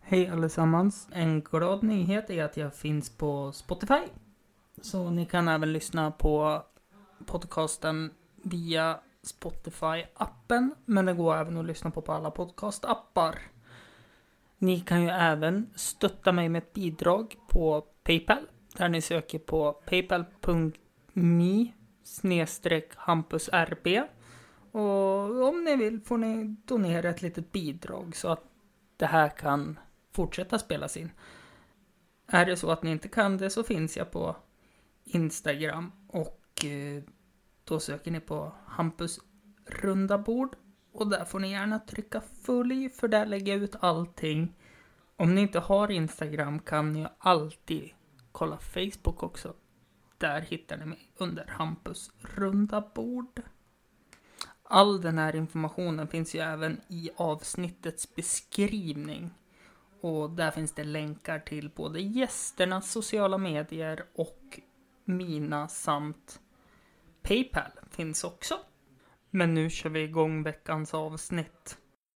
Hej allesammans. En glad nyhet är att jag finns på Spotify. Så ni kan även lyssna på podcasten via Spotify-appen. Men det går även att lyssna på alla podcast-appar. Ni kan ju även stötta mig med ett bidrag på PayPal. Där ni söker på paypal.me/hampusrb. Och om ni vill får ni donera ett litet bidrag så att det här kan fortsätta spelas in. Är det så att ni inte kan det så finns jag på Instagram och då söker ni på Hampus runda bord och där får ni gärna trycka följ för där lägger jag ut allting. Om ni inte har Instagram kan ni alltid kolla Facebook också. Där hittar ni mig under Hampus runda bord. All den här informationen finns ju även i avsnittets beskrivning. Och där finns det länkar till både gästernas sociala medier och mina samt PayPal finns också. Men nu kör vi igång veckans avsnitt.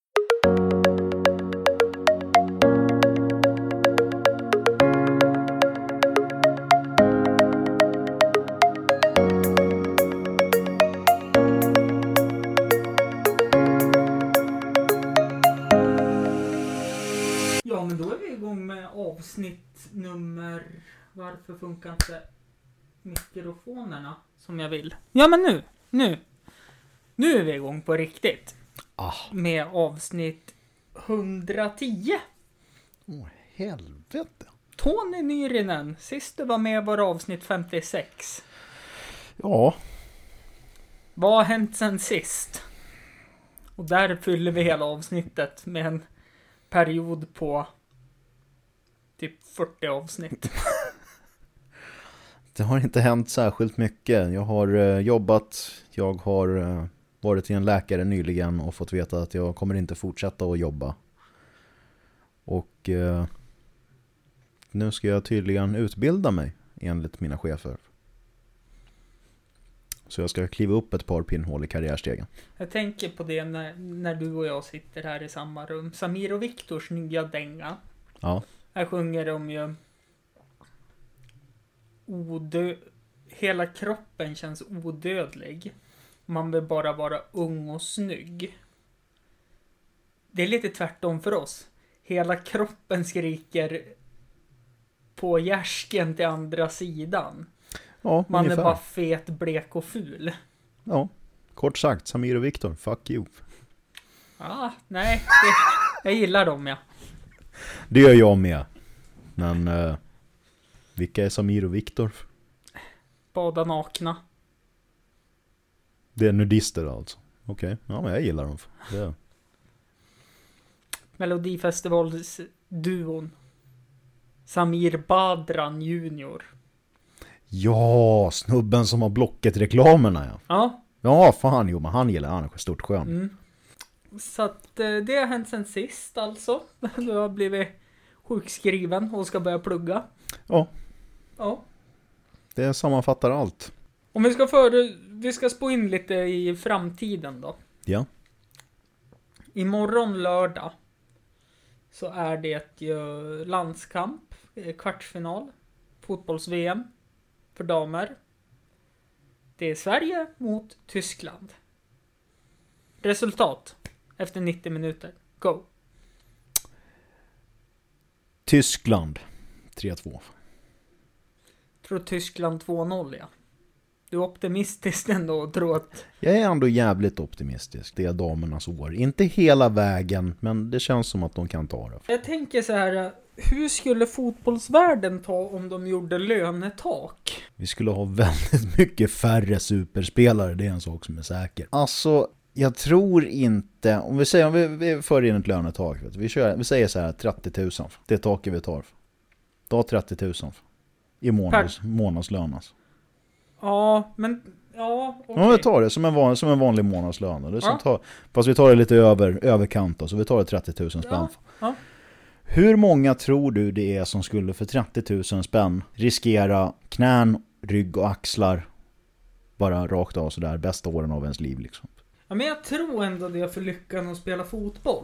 Ja, men då är vi igång med avsnitt nummer... Varför funkar inte mikrofonerna som jag vill? Ja, men nu är vi igång på riktigt. Med avsnitt 110. Helvete. Tony Nyrinen, sist du var med var avsnitt 56. Ja. Vad har hänt sen sist? Och där fyller vi hela avsnittet med en period på typ 40 avsnitt. Det har inte hänt särskilt mycket. Jag har jobbat. Jag har varit till en läkare nyligen och fått veta att jag kommer inte fortsätta att jobba. Och nu ska jag tydligen utbilda mig enligt mina chefer. Så jag ska kliva upp ett par pinnhål i karriärstegen. Jag tänker på det när du och jag sitter här i samma rum. Samir och Viktors nya dänga. Ja. Här sjunger de ju hela kroppen känns odödlig. Man vill bara vara ung och snygg. Det är lite tvärtom för oss. Hela kroppen skriker på gärsken till andra sidan. Ja, man ungefär. är bara fet, blek och ful. Ja, kort sagt, Samir och Viktor, fuck you. Nej, jag gillar dem, ja. Det gör jag med. Men vilka är Samir och Viktor? Bada nakna. Det är nudister alltså. Okej, ja men jag gillar dem. Det. Melodifestivalsduon Samir Badran Junior. Ja, snubben som har Blocket-reklamerna, ja. Ja. Ja, fan, jo, men han gillar han är stort skön. Mm. Så att det har hänt sen sist alltså. Du har blivit sjukskriven och ska börja plugga. Ja. Ja. Det sammanfattar allt. Om vi ska spå in lite i framtiden då. Ja. Imorgon lördag så är det ju landskamp, kvartsfinal, fotbolls-VM för damer. Det är Sverige mot Tyskland. Resultat efter 90 minuter. Go. Tyskland 3-2. Tror Tyskland 2-0, ja. Du är optimistisk ändå och tror att... Jag är ändå jävligt optimistisk. Det är damernas år. Inte hela vägen, men det känns som att de kan ta det. Jag tänker så här, hur skulle fotbollsvärlden ta om de gjorde lönetak? Vi skulle ha väldigt mycket färre superspelare, det är en sak som är säker. Alltså, jag tror inte... Om vi för in ett lönetak. Vi säger så här 30 000. Det är taket vi tar. Ta 30 000 i månadslön. Alltså. Ja, men... Ja, okej. Ja, vi tar det som en vanlig månadslön. Det ja. Fast vi tar det lite överkant då, så vi tar det 30 000 spänn. Ja. Ja. Hur många tror du det är som skulle för 30 000 spänn riskera knän, rygg och axlar bara rakt av sådär bästa åren av ens liv liksom? Ja, men jag tror ändå det är för lyckan att spela fotboll.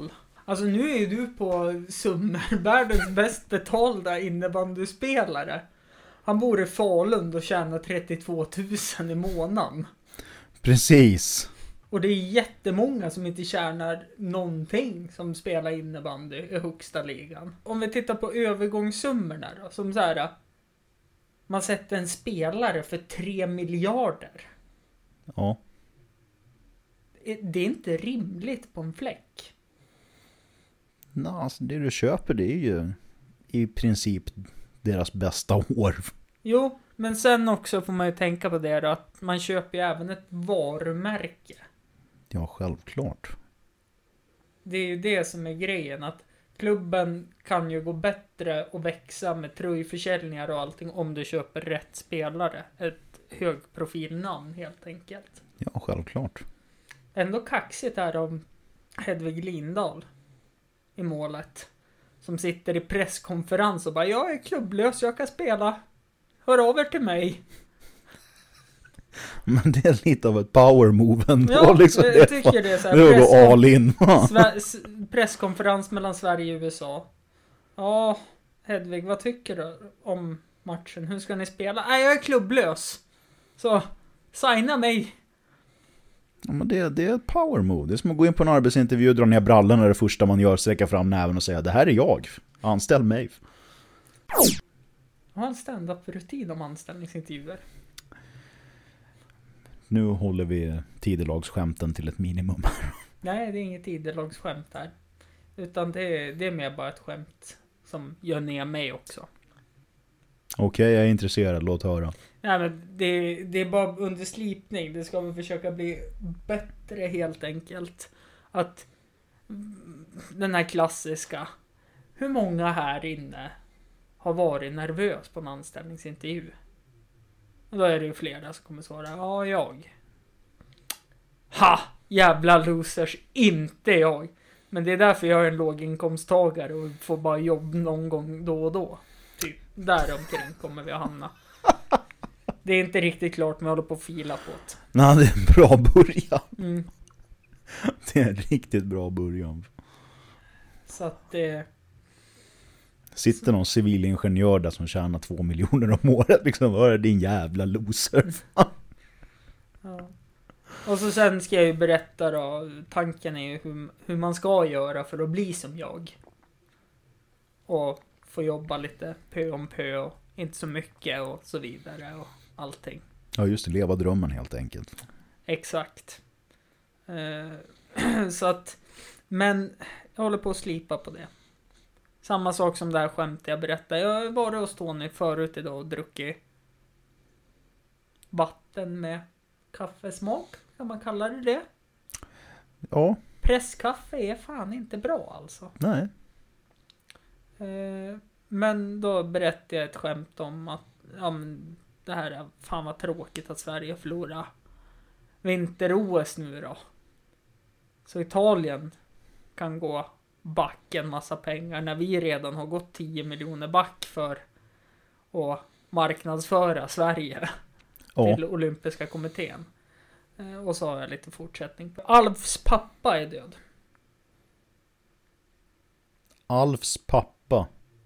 Alltså nu är ju du på Summer, världens bäst betalda innebandyspelare. Han bor i Falun och tjänar 32 000 i månaden. Precis. Och det är jättemånga som inte tjänar någonting som spelar innebandy i högsta ligan. Om vi tittar på övergångssummorna då, som så här, man sätter en spelare för 3 miljarder. Ja. Det är inte rimligt på en fläck. Nej, alltså det du köper, det är ju i princip deras bästa år. Jo, men sen också får man ju tänka på det då, att man köper ju även ett varumärke. Ja, självklart. Det är ju det som är grejen, att klubben kan ju gå bättre och växa med tröjförsäljningar och allting om du köper rätt spelare. Ett högprofilnamn helt enkelt. Ja, självklart. Ändå kaxigt här om Hedvig Lindahl i målet. Som sitter i presskonferens och bara, jag är klubblös, jag kan spela. Hör av er till mig. Men det är lite av ett power move ändå. Ja, liksom. jag tycker det är så här. Det går all in. Presskonferens mellan Sverige och USA. Ja, Hedvig, vad tycker du om matchen? Hur ska ni spela? Nej, jag är klubblös. Så, signa mig. Ja, men det är ett power move. Det är som att gå in på en arbetsintervju och dra ner brallan, och det första man gör, sträcka fram näven och säga, det här är jag. Anställ mig. Jag har en stand-up-rutin om anställningsintervjuer. Nu håller vi tidelagsskämten till ett minimum. Nej, det är inget idelagsskämt här. Utan det är mer bara ett skämt som gör ner mig också. Okej, jag är intresserad. Låt höra. Nej, men det är bara under slipning. Det ska vi försöka bli bättre helt enkelt. Att den här klassiska. Hur många här inne har varit nervös på en anställningsintervju? Och då är det ju flera som kommer svara. Ja, jag. Ha! Jävla losers. Inte jag. Men det är därför jag är en låginkomsttagare och får bara jobb någon gång då och då. Typ däromkring kommer vi att hamna. Det är inte riktigt klart, men jag håller på att fila på det. Nej, det är en bra början. Mm. Det är en riktigt bra början. Så att det... Sitter någon civilingenjör där som tjänar 2 miljoner om året. Liksom, vad är din jävla loser? Ja. Och så sen ska jag ju berätta då. Tanken är ju hur man ska göra för att bli som jag. Och få jobba lite pö om pö och inte så mycket och så vidare och allting. Ja, just det. Leva drömmen helt enkelt. Exakt. Så att... Men jag håller på att slipa på det. Samma sak som det här skämtet jag berättade. Jag har varit hos Tony förut idag och druckit vatten med kaffesmak. Kan man kalla det? Ja. Presskaffe är fan inte bra alltså. Nej. Men då berättade jag ett skämt om att ja, men det här är fan vad tråkigt att Sverige förlorar vinter-OS nu då. Så Italien kan gå back en massa pengar när vi redan har gått 10 miljoner back för att marknadsföra Sverige till olympiska kommittén. Och så har jag lite fortsättning på. Alfs pappa är död. Alfs pappa.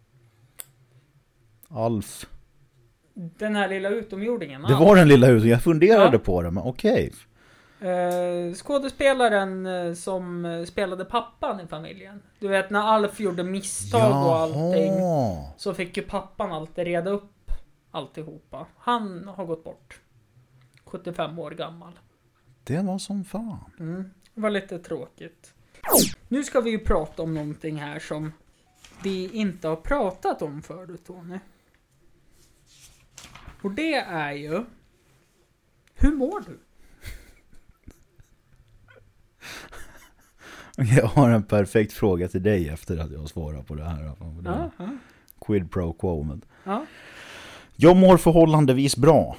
Alf. Den här lilla utomjordingen. Det var den lilla utomjordingen. Jag funderade på det, men okej. Skådespelaren som spelade pappan i familjen. Du vet när Alf gjorde misstag och allting, så fick ju pappan alltid reda upp alltihopa. Han har gått bort. 75 år gammal. Det var som fan. Det var lite tråkigt. Nu ska vi ju prata om någonting här som vi inte har pratat om förut, Tony. Och det är ju: hur mår du? Jag har en perfekt fråga till dig efter att jag svarar på det här. Quid pro quo. Ja. Jag mår förhållandevis bra.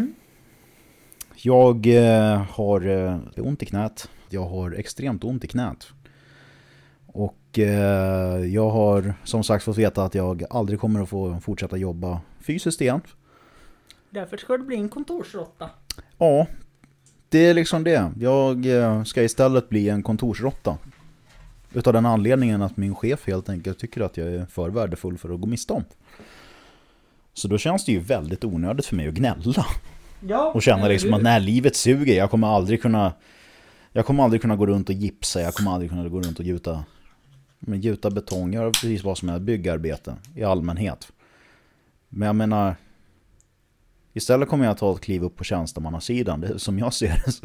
Jag har ont i knät. Jag har extremt ont i knät. Och jag har som sagt fått veta att jag aldrig kommer att få fortsätta jobba fysiskt igen. Därför ska det bli en kontorsrotta. Ja, det är liksom det. Jag ska istället bli en kontorsrotta. Utav den anledningen att min chef helt enkelt tycker att jag är för värdefull för att gå miste om. Så då känns det ju väldigt onödigt för mig att gnälla. Ja, och känna liksom att när livet suger, jag kommer aldrig kunna gå runt och gipsa, jag kommer aldrig kunna gå runt och gjuta betong, göra precis vad som är byggarbete i allmänhet. Men jag menar, istället kommer jag ta ett kliv upp på tjänstemannasidan, det som jag ser det.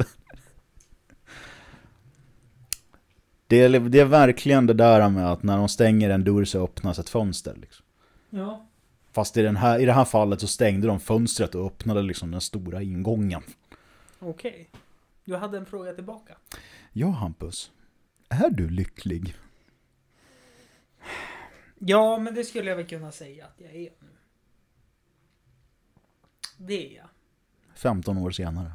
Det är verkligen det där med att när de stänger en dörr så öppnas ett fönster liksom. Ja. Fast i det här fallet så stängde de fönstret och öppnade liksom den stora ingången. Okej. Du hade en fråga tillbaka. Ja, Hampus. Är du lycklig? Ja, men det skulle jag väl kunna säga att jag är nu. Det är jag. 15 år senare.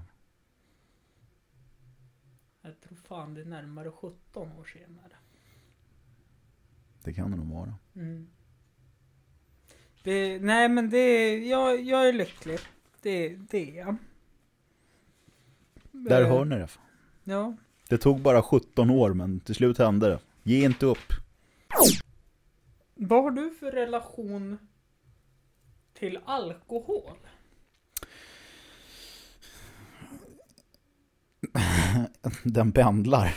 Jag tror fan det är närmare 17 år senare. Det kan det nog vara. Mm. Nej men jag är lycklig. Det är jag. Där hör ni det. Ja. Det tog bara 17 år men till slut hände det. Ge inte upp. Vad har du för relation till alkohol? Den pendlar.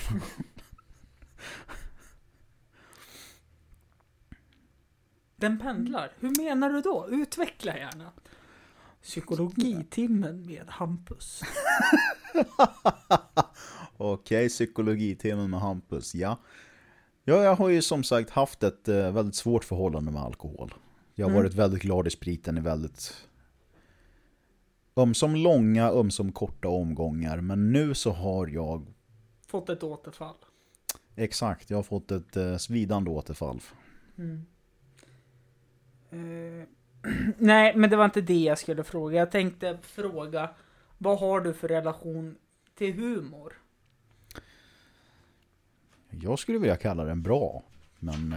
Den pendlar? Hur menar du då? Utveckla gärna. Psykologitimmen med Hampus. Okej, psykologitimmen med Hampus, ja. Ja, jag har ju som sagt haft ett väldigt svårt förhållande med alkohol. Jag har varit väldigt glad i spriten i väldigt ömsom långa, ömsom korta omgångar. Men nu så har jag fått ett återfall. Exakt, jag har fått ett svidande återfall. Nej, men det var inte det jag skulle fråga. Jag tänkte fråga, vad har du för relation till humor? Jag skulle vilja kalla den bra, men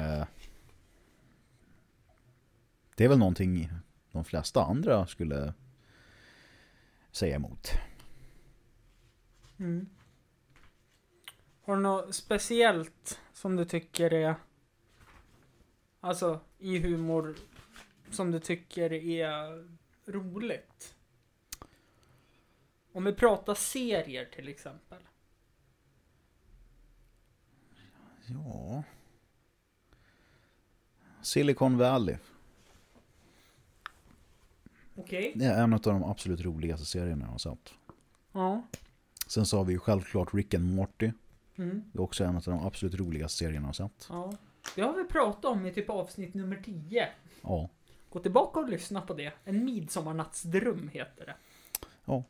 det är väl någonting de flesta andra skulle säga emot. Har du något speciellt som du tycker är, alltså i humor, som du tycker är roligt? Om vi pratar serier till exempel. Ja. Silicon Valley. Okej. Det är en av de absolut roligaste serierna jag har sett. Ja. Sen så har vi ju självklart Rick and Morty. Mm. Det är också en av de absolut roligaste serierna jag har sett. Ja. Det har vi pratat om i typ avsnitt nummer 10. Ja. Gå tillbaka och lyssna på det. En midsommarnattsdröm heter det. Ja.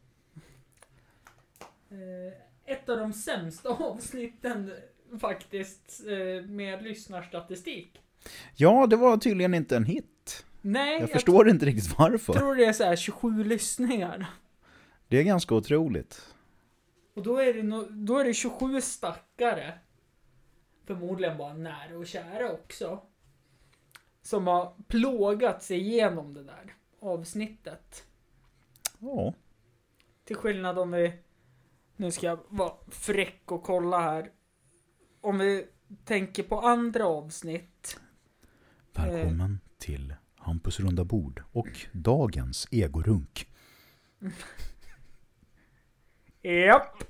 Ett av de sämsta avsnitten faktiskt med lyssnarstatistik. Ja, det var tydligen inte en hit. Nej, jag förstår inte riktigt varför. Jag tror det är så här 27 lyssningar. Det är ganska otroligt. Och då är det 27 stackare. Förmodligen bara nära och kära också. Som har plågat sig igenom det där avsnittet. Ja. Till skillnad om vi... Nu ska jag vara fräck och kolla här. Om vi tänker på andra avsnitt. Välkommen till Hampus runda bord och dagens egorunk. Japp.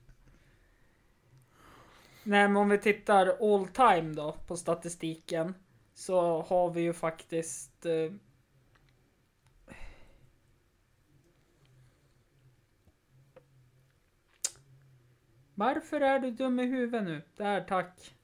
Nej, men om vi tittar all time då på statistiken, så har vi ju faktiskt Varför är du dum i huvudet nu? Där, tack.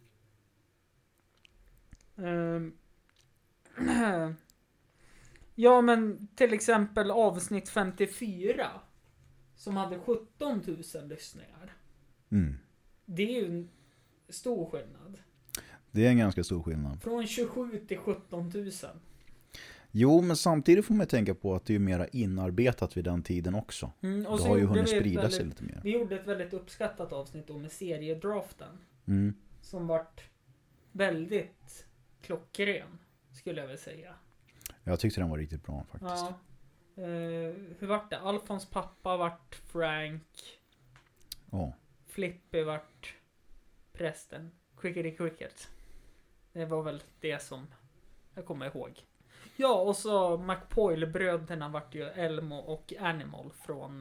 Ja, men till exempel avsnitt 54 som hade 17 000 lyssningar. Det är ju en stor skillnad. Det är en ganska stor skillnad. Från 27 till 17 000. Jo, men samtidigt får man tänka på att det är mera inarbetat vid den tiden också. Och det så har ju hunnit sprida sig väldigt, lite mer. Vi gjorde ett väldigt uppskattat avsnitt då med seriedraften. Som vart väldigt klockren, skulle jag väl säga. Jag tyckte den var riktigt bra faktiskt. Ja. Hur vart det? Alfons pappa vart Frank. Ja. Flippy vart prästen Crickety Cricket. Det var väl det som jag kommer ihåg. Ja, och så McPoyle-bröderna vart ju Elmo och Animal från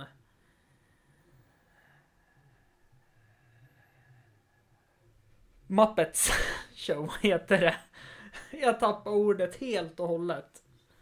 Muppets Show heter det. Jag tappar ordet helt och hållet.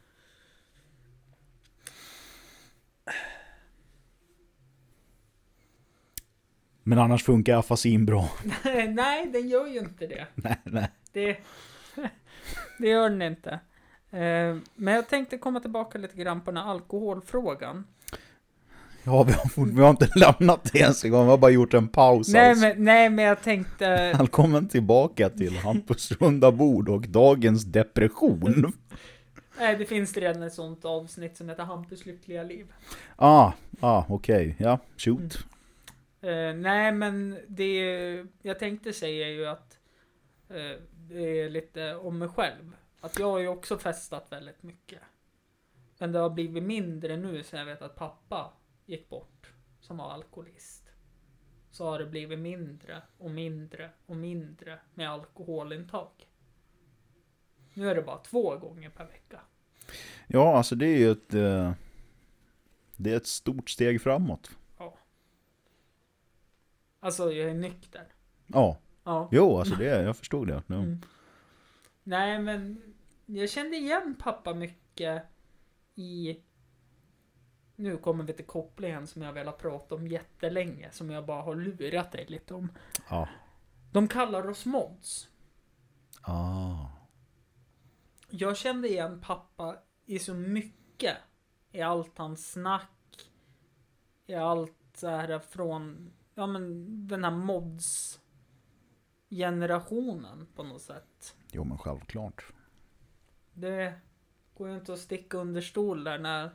Men annars funkar afasin bra. Nej, den gör ju inte det. Nej. Det gör den inte. Men jag tänkte komma tillbaka lite grann på den här alkoholfrågan. Ja, vi har inte lämnat det ens en gång. Vi har bara gjort en paus. Nej, men jag tänkte... Välkommen tillbaka till Hampus runda bord och dagens depression. Nej, det finns redan ett sånt avsnitt som heter Hampus lyckliga liv. Okej. Ja, shoot. Nej, men det jag tänkte säga är ju att det är lite om mig själv. Att jag har ju också festat väldigt mycket. Men det har blivit mindre nu, så jag vet att pappa gick bort som var alkoholist. Så har det blivit mindre och mindre och mindre med alkoholintag. Nu är det bara 2 gånger per vecka. Ja, alltså det är ju det är ett stort steg framåt. Ja. Alltså jag är nykter. Ja. Ja. Jo, alltså jag förstod det. Ja. Nej, men jag kände igen pappa mycket i... Nu kommer vi till kopplingen som jag velat prata om jättelänge. Som jag bara har lurat dig lite om. Ja. De kallar oss mods. Ah. Jag kände igen pappa i så mycket. I allt hans snack. I allt så här från... Ja, men den här mods generationen på något sätt. Jo, men självklart. Det går ju inte att sticka under stol där när...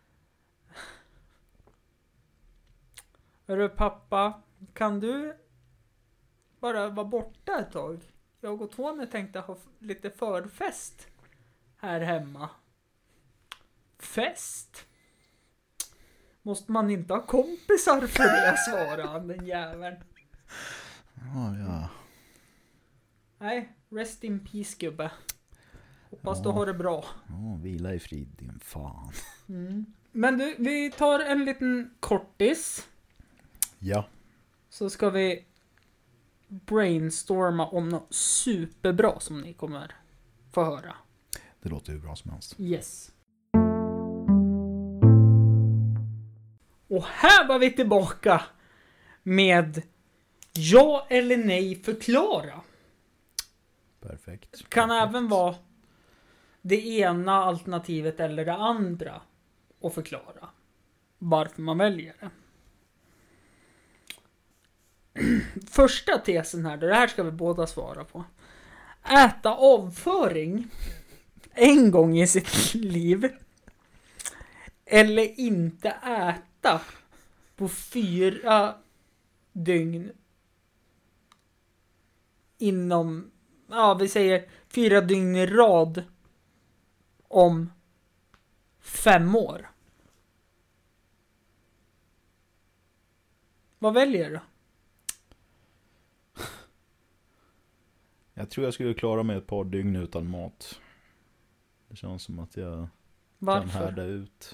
Hörru pappa, kan du bara vara borta ett tag? Jag och Tony tänkte ha lite förfest här hemma. Fest? Måste man inte ha kompisar för det, svarade han, den jäveln. Ja. Nej, rest in peace gubbe. Hoppas du har det bra. Ja, vila i frid din fan. Men du, vi tar en liten kortis. Ja. Så ska vi brainstorma om något superbra som ni kommer få höra. Det låter ju bra som helst. Yes. Och här var vi tillbaka med ja eller nej förklara. Perfekt. Kan även vara det ena alternativet eller det andra och förklara varför man väljer det. Första tesen här, det här ska vi båda svara på. Äta avföring en gång i sitt liv eller inte äta på 4 dygn inom, ja vi säger 4 dygn i rad om 5 år. Vad väljer du? Jag tror jag skulle klara mig ett par dygn utan mat. Det känns som att jag kan härda ut.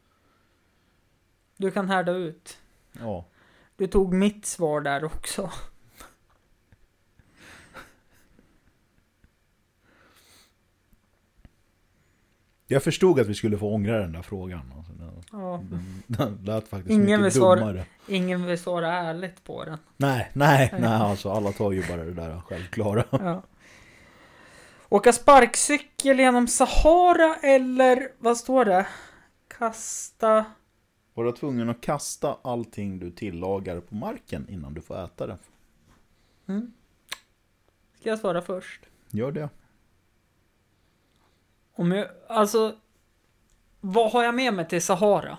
Du kan härda ut? Ja. Du tog mitt svar där också. Jag förstod att vi skulle få ångra den där frågan. Alltså, den lät faktiskt mycket dummare. Ingen vill svara ärligt på den. Nej, alltså alla tar ju bara det där självklara. Ja. Åka sparkcykel genom Sahara eller, vad står det? Kasta... Var du tvungen att kasta allting du tillagar på marken innan du får äta det? Ska jag svara först? Gör det. Alltså, vad har jag med mig till Sahara?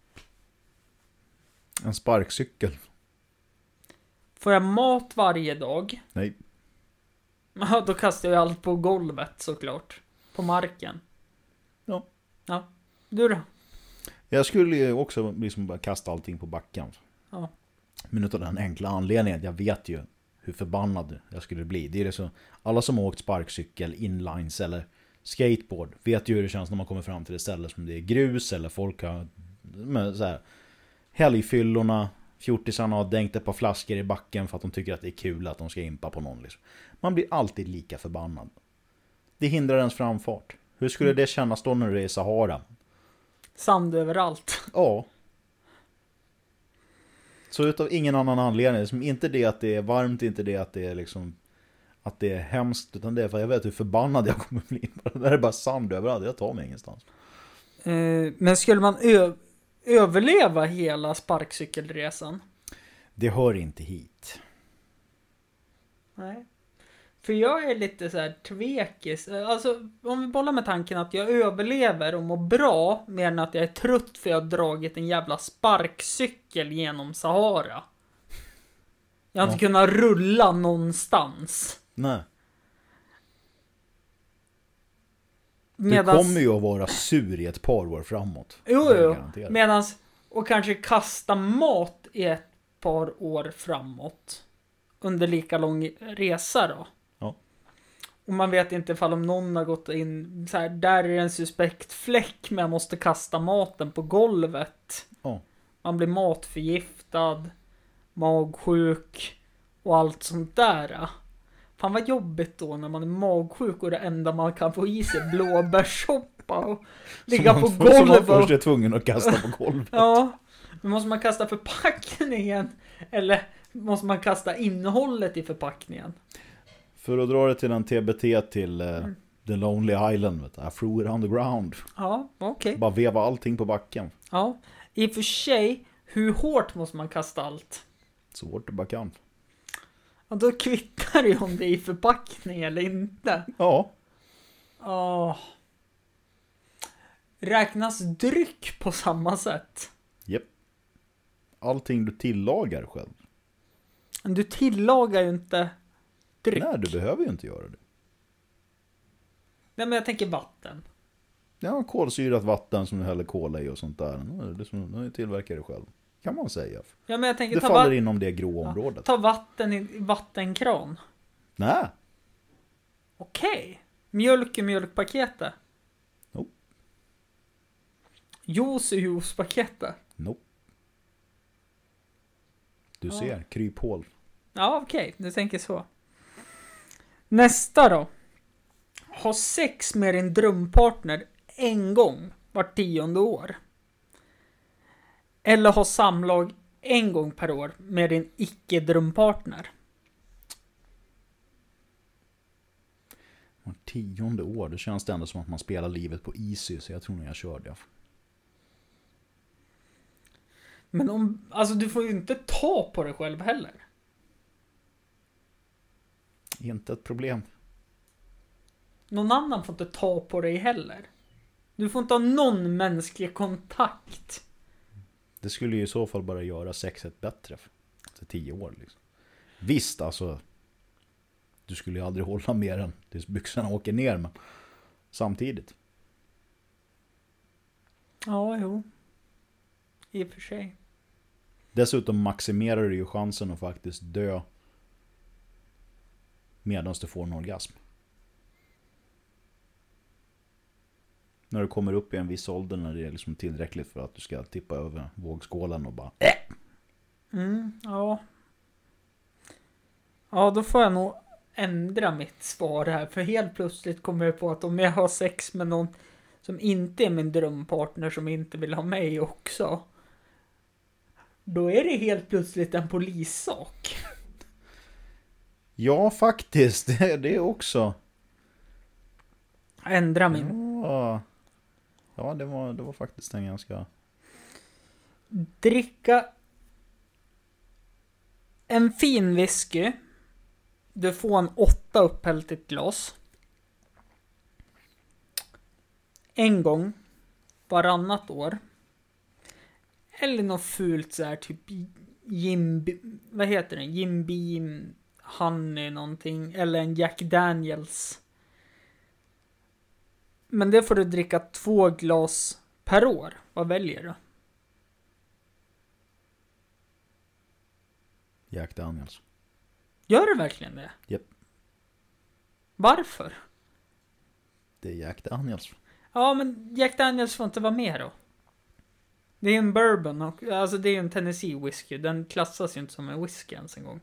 En sparkcykel. Får jag mat varje dag? Nej. Ja, då kastar jag allt på golvet såklart. På marken. Ja. Du då? Jag skulle ju också liksom bara kasta allting på backen. Ja. Men utav den enkla anledningen, jag vet ju hur förbannad jag skulle bli. Det är det så, alla som har åkt sparkcykel, inlines eller skateboard vet ju hur det känns när man kommer fram till det stället som det är grus eller folk har så här, helgfyllorna, fjortisarna har dängt ett par flaskor i backen för att de tycker att det är kul att de ska impa på någon. Liksom. Man blir alltid lika förbannad. Det hindrar ens framfart. Hur skulle det kännas då när du är i Sahara? Sand överallt. Ja. Så utav ingen annan anledning. Liksom inte det att det är varmt, inte det att det är liksom att det är hemskt, utan det är för jag vet hur förbannad jag kommer bli. Det där är bara sand överallt, jag tar mig ingenstans. Men skulle man överleva hela sparkcykelresan? Det hör inte hit. Nej. För jag är lite så här tvekis. Alltså, om vi bollar med tanken att jag överlever och mår bra mer än att jag är trött för jag har dragit en jävla sparkcykel genom Sahara. Jag har inte kunnat rulla någonstans. Nej. Du kommer ju att vara sur i ett par år framåt. Jo. Medans, och kanske kasta mat i ett par år framåt. Under lika lång resa då. Ja. Och man vet inte ifall om någon har gått in så här, där är en suspekt fläck men jag måste kasta maten på golvet. Ja. Man blir matförgiftad, magsjuk och allt sånt där. Fan vad jobbigt då när man är magsjuk och det enda man kan få i sig blåbärssoppa och ligga på golvet. Som man först är tvungen att kasta på golvet. Ja, men måste man kasta förpackningen eller måste man kasta innehållet i förpackningen? För att dra det till en TBT till The Lonely Island, I threw it on the ground. Ja, okej. Bara veva allting på backen. Ja, i och för sig, hur hårt måste man kasta allt? Så hårt det bara kan. Ja, då kvittar det ju om det är i förpackning eller inte. Ja. Räknas dryck på samma sätt? Japp. Allting du tillagar själv. Men du tillagar ju inte dryck. Nej, du behöver ju inte göra det. Nej, men jag tänker vatten. Ja, kolsyrat vatten som du häller kola i och sånt där. Det som du tillverkar det själv. Kan man säga. Ja, men jag tänker, det faller inom det grå området. Ta vatten i vattenkran. Nej. Okej. Mjölk i mjölkpaketet. Nope. Juice i juicepaketet. Nope. Du ser, kryphål. Ja, okej. Du tänker så. Nästa då. Ha sex med din drömpartner en gång vart 10:e år. Eller ha samlag en gång per år med din icke-drömpartner. Var 10:e år, det känns det ändå som att man spelar livet på easy, så jag tror nog jag kör det. Men alltså du får ju inte ta på dig själv heller. Inte ett problem. Någon annan får inte ta på dig heller. Du får inte ha någon mänsklig kontakt. Det skulle ju i så fall bara göra sexet bättre efter 10 år liksom. Visst, alltså du skulle ju aldrig hålla mer än tills byxorna åker ner, men samtidigt. Ja, jo. I och för sig. Dessutom maximerar du ju chansen att faktiskt dö medan du får en orgasm. När du kommer upp i en viss ålder, när det är liksom tillräckligt för att du ska tippa över vågskålen och bara Ja. Ja, då får jag nog ändra mitt svar här. För helt plötsligt kommer jag på att om jag har sex med någon som inte är min drömpartner, som inte vill ha mig också, då är det helt plötsligt en polissak. Ja, faktiskt. Det är också. Ändra min. Ja, det var faktiskt en ganska. Dricka en fin whisky. Du får en 8 upphällt i ett glas. En gång varannat år. Eller något fult så här typ vad heter det? Jim Beam Honey någonting. Eller en Jack Daniels. Men det får du dricka 2 glas per år. Vad väljer du? Jack Daniels. Gör det verkligen det? Japp. Varför? Det är Jack Daniels. Ja, men Jack Daniels får inte vara med då. Det är en bourbon och alltså det är en Tennessee whisky. Den klassas ju inte som en whisky ens en gång.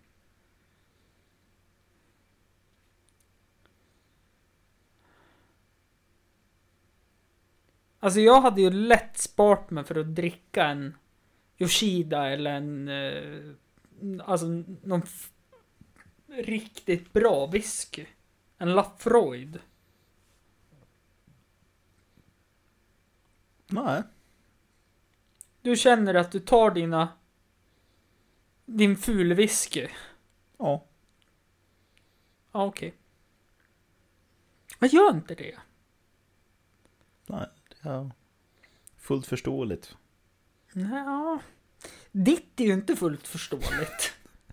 Alltså jag hade ju lätt sparat mig för att dricka en Yoshida eller en alltså någon riktigt bra whisky. En Lafroid. Nej. Du känner att du tar din ful whisky. Ja. Ja, okej. Jag gör inte det. Nej, det är fullt förståeligt. Ja. Ditt är ju inte fullt förståeligt.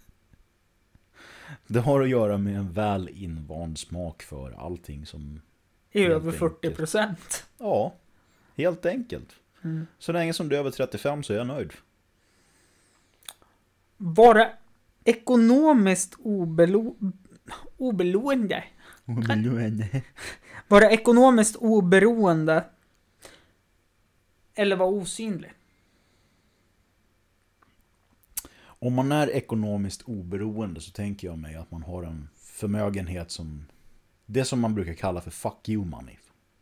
Det har att göra med en väl invand smak för allting som... Är över 40%. Ja, helt enkelt. Mm. Så länge som du är över 35 så är jag nöjd. Vara ekonomiskt oberoende. Vara ekonomiskt oberoende. Eller vara osynlig. Om man är ekonomiskt oberoende så tänker jag mig att man har en förmögenhet som... Det som man brukar kalla för fuck you money.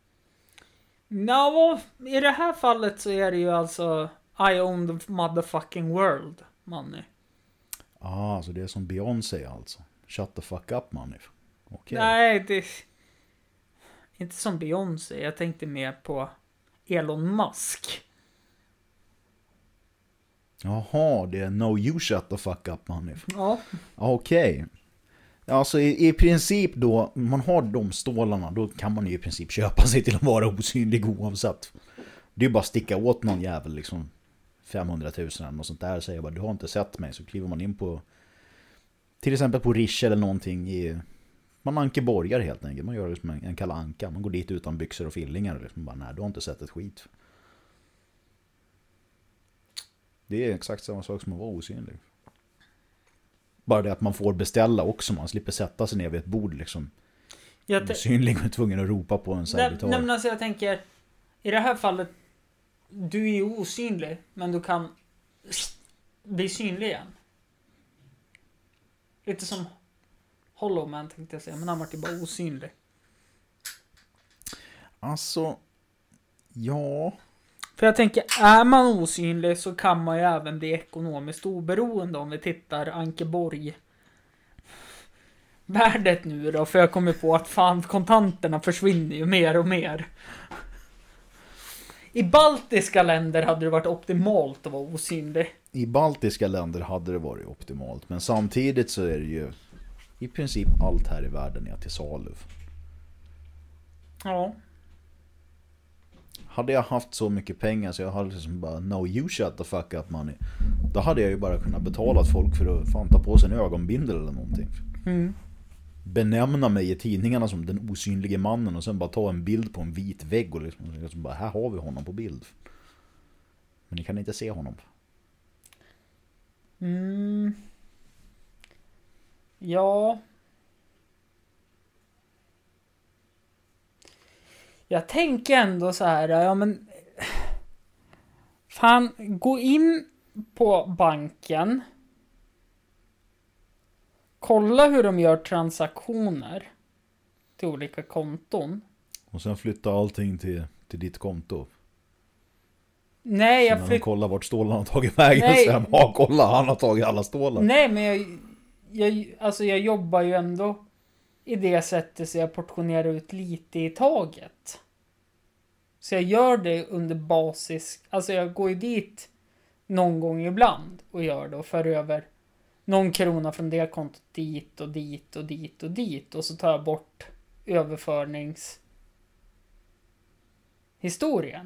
No, i det här fallet så är det ju alltså I own the motherfucking world money. Så det är som Beyoncé alltså. Shut the fuck up money. Okay. Nej, det är inte som Beyoncé. Jag tänkte mer på Elon Musk. Jaha, det är no you shut the fuck up money. Ja. Okej. Alltså i princip då, man har de stålarna, då kan man ju i princip köpa sig till att vara osynlig oavsett. Det är ju bara att sticka åt någon jävel liksom 500 000 och sånt där och säga bara du har inte sett mig, så kliver man in på till exempel på Riche eller någonting i man ankeborgar helt enkelt. Man gör det som en Kalle Anka. Man går dit utan byxor och fillingar och liksom bara nej, du har inte sett ett skit. Det är exakt samma sak som att vara osynlig. Bara det att man får beställa också. Man slipper sätta sig ner vid ett bord liksom. Osynlig och är tvungen att ropa på en servitör. Nej, men alltså jag tänker i det här fallet du är ju osynlig, men du kan bli synlig igen. Lite som Hollow Man tänkte jag säga, men han var ju bara osynlig. Alltså, ja. För jag tänker, är man osynlig så kan man ju även bli ekonomiskt oberoende om vi tittar Ankeborg värdet nu då, för jag kommer på att fan kontanterna försvinner ju mer och mer. I baltiska länder hade det varit optimalt att vara osynlig. I baltiska länder hade det varit optimalt, men samtidigt så är det ju i princip allt här i världen är till salu. Ja. Hade jag haft så mycket pengar så jag hade liksom bara no you shut the fuck up money. Då hade jag ju bara kunnat betala folk för att fan ta på sig en ögonbindel eller någonting. Mm. Benämna mig i tidningarna som den osynlige mannen och sen bara ta en bild på en vit vägg och liksom bara här har vi honom på bild. Men ni kan inte se honom. Mm. Ja. Jag tänker ändå så här, ja men fan, gå in på banken. Kolla hur de gör transaktioner till olika konton. Och sen flytta allting till ditt konto. Nej, jag flyttar... kolla vart stålarna har tagit vägen. Nej. Sen, kolla, han har tagit alla stålar. Nej, men jag jobbar ju ändå i det sättet så jag portionerar ut lite i taget. Så jag gör det under basis. Alltså jag går ju dit någon gång ibland och gör det och för över någon krona från det kontot dit och dit och dit och dit. Och så tar jag bort överföringshistorien.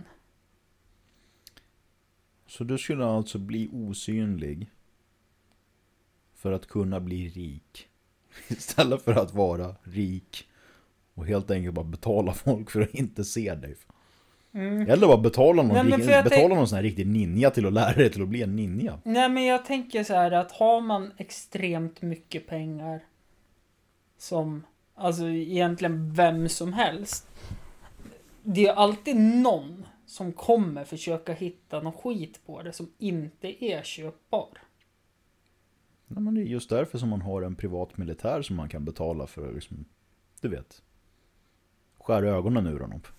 Så du skulle alltså bli osynlig för att kunna bli rik. Istället för att vara rik och helt enkelt bara betala folk för att inte se dig. Eller bara betala någon, Nej, betala någon sån här riktig ninja till att lära dig till att bli en ninja. Nej, men jag tänker så här att har man extremt mycket pengar som, alltså egentligen vem som helst. Det är alltid någon som kommer försöka hitta någon skit på det som inte är köpbar. Nej, men det är just därför som man har en privat militär som man kan betala för att liksom, du vet, skära ögonen ur honom.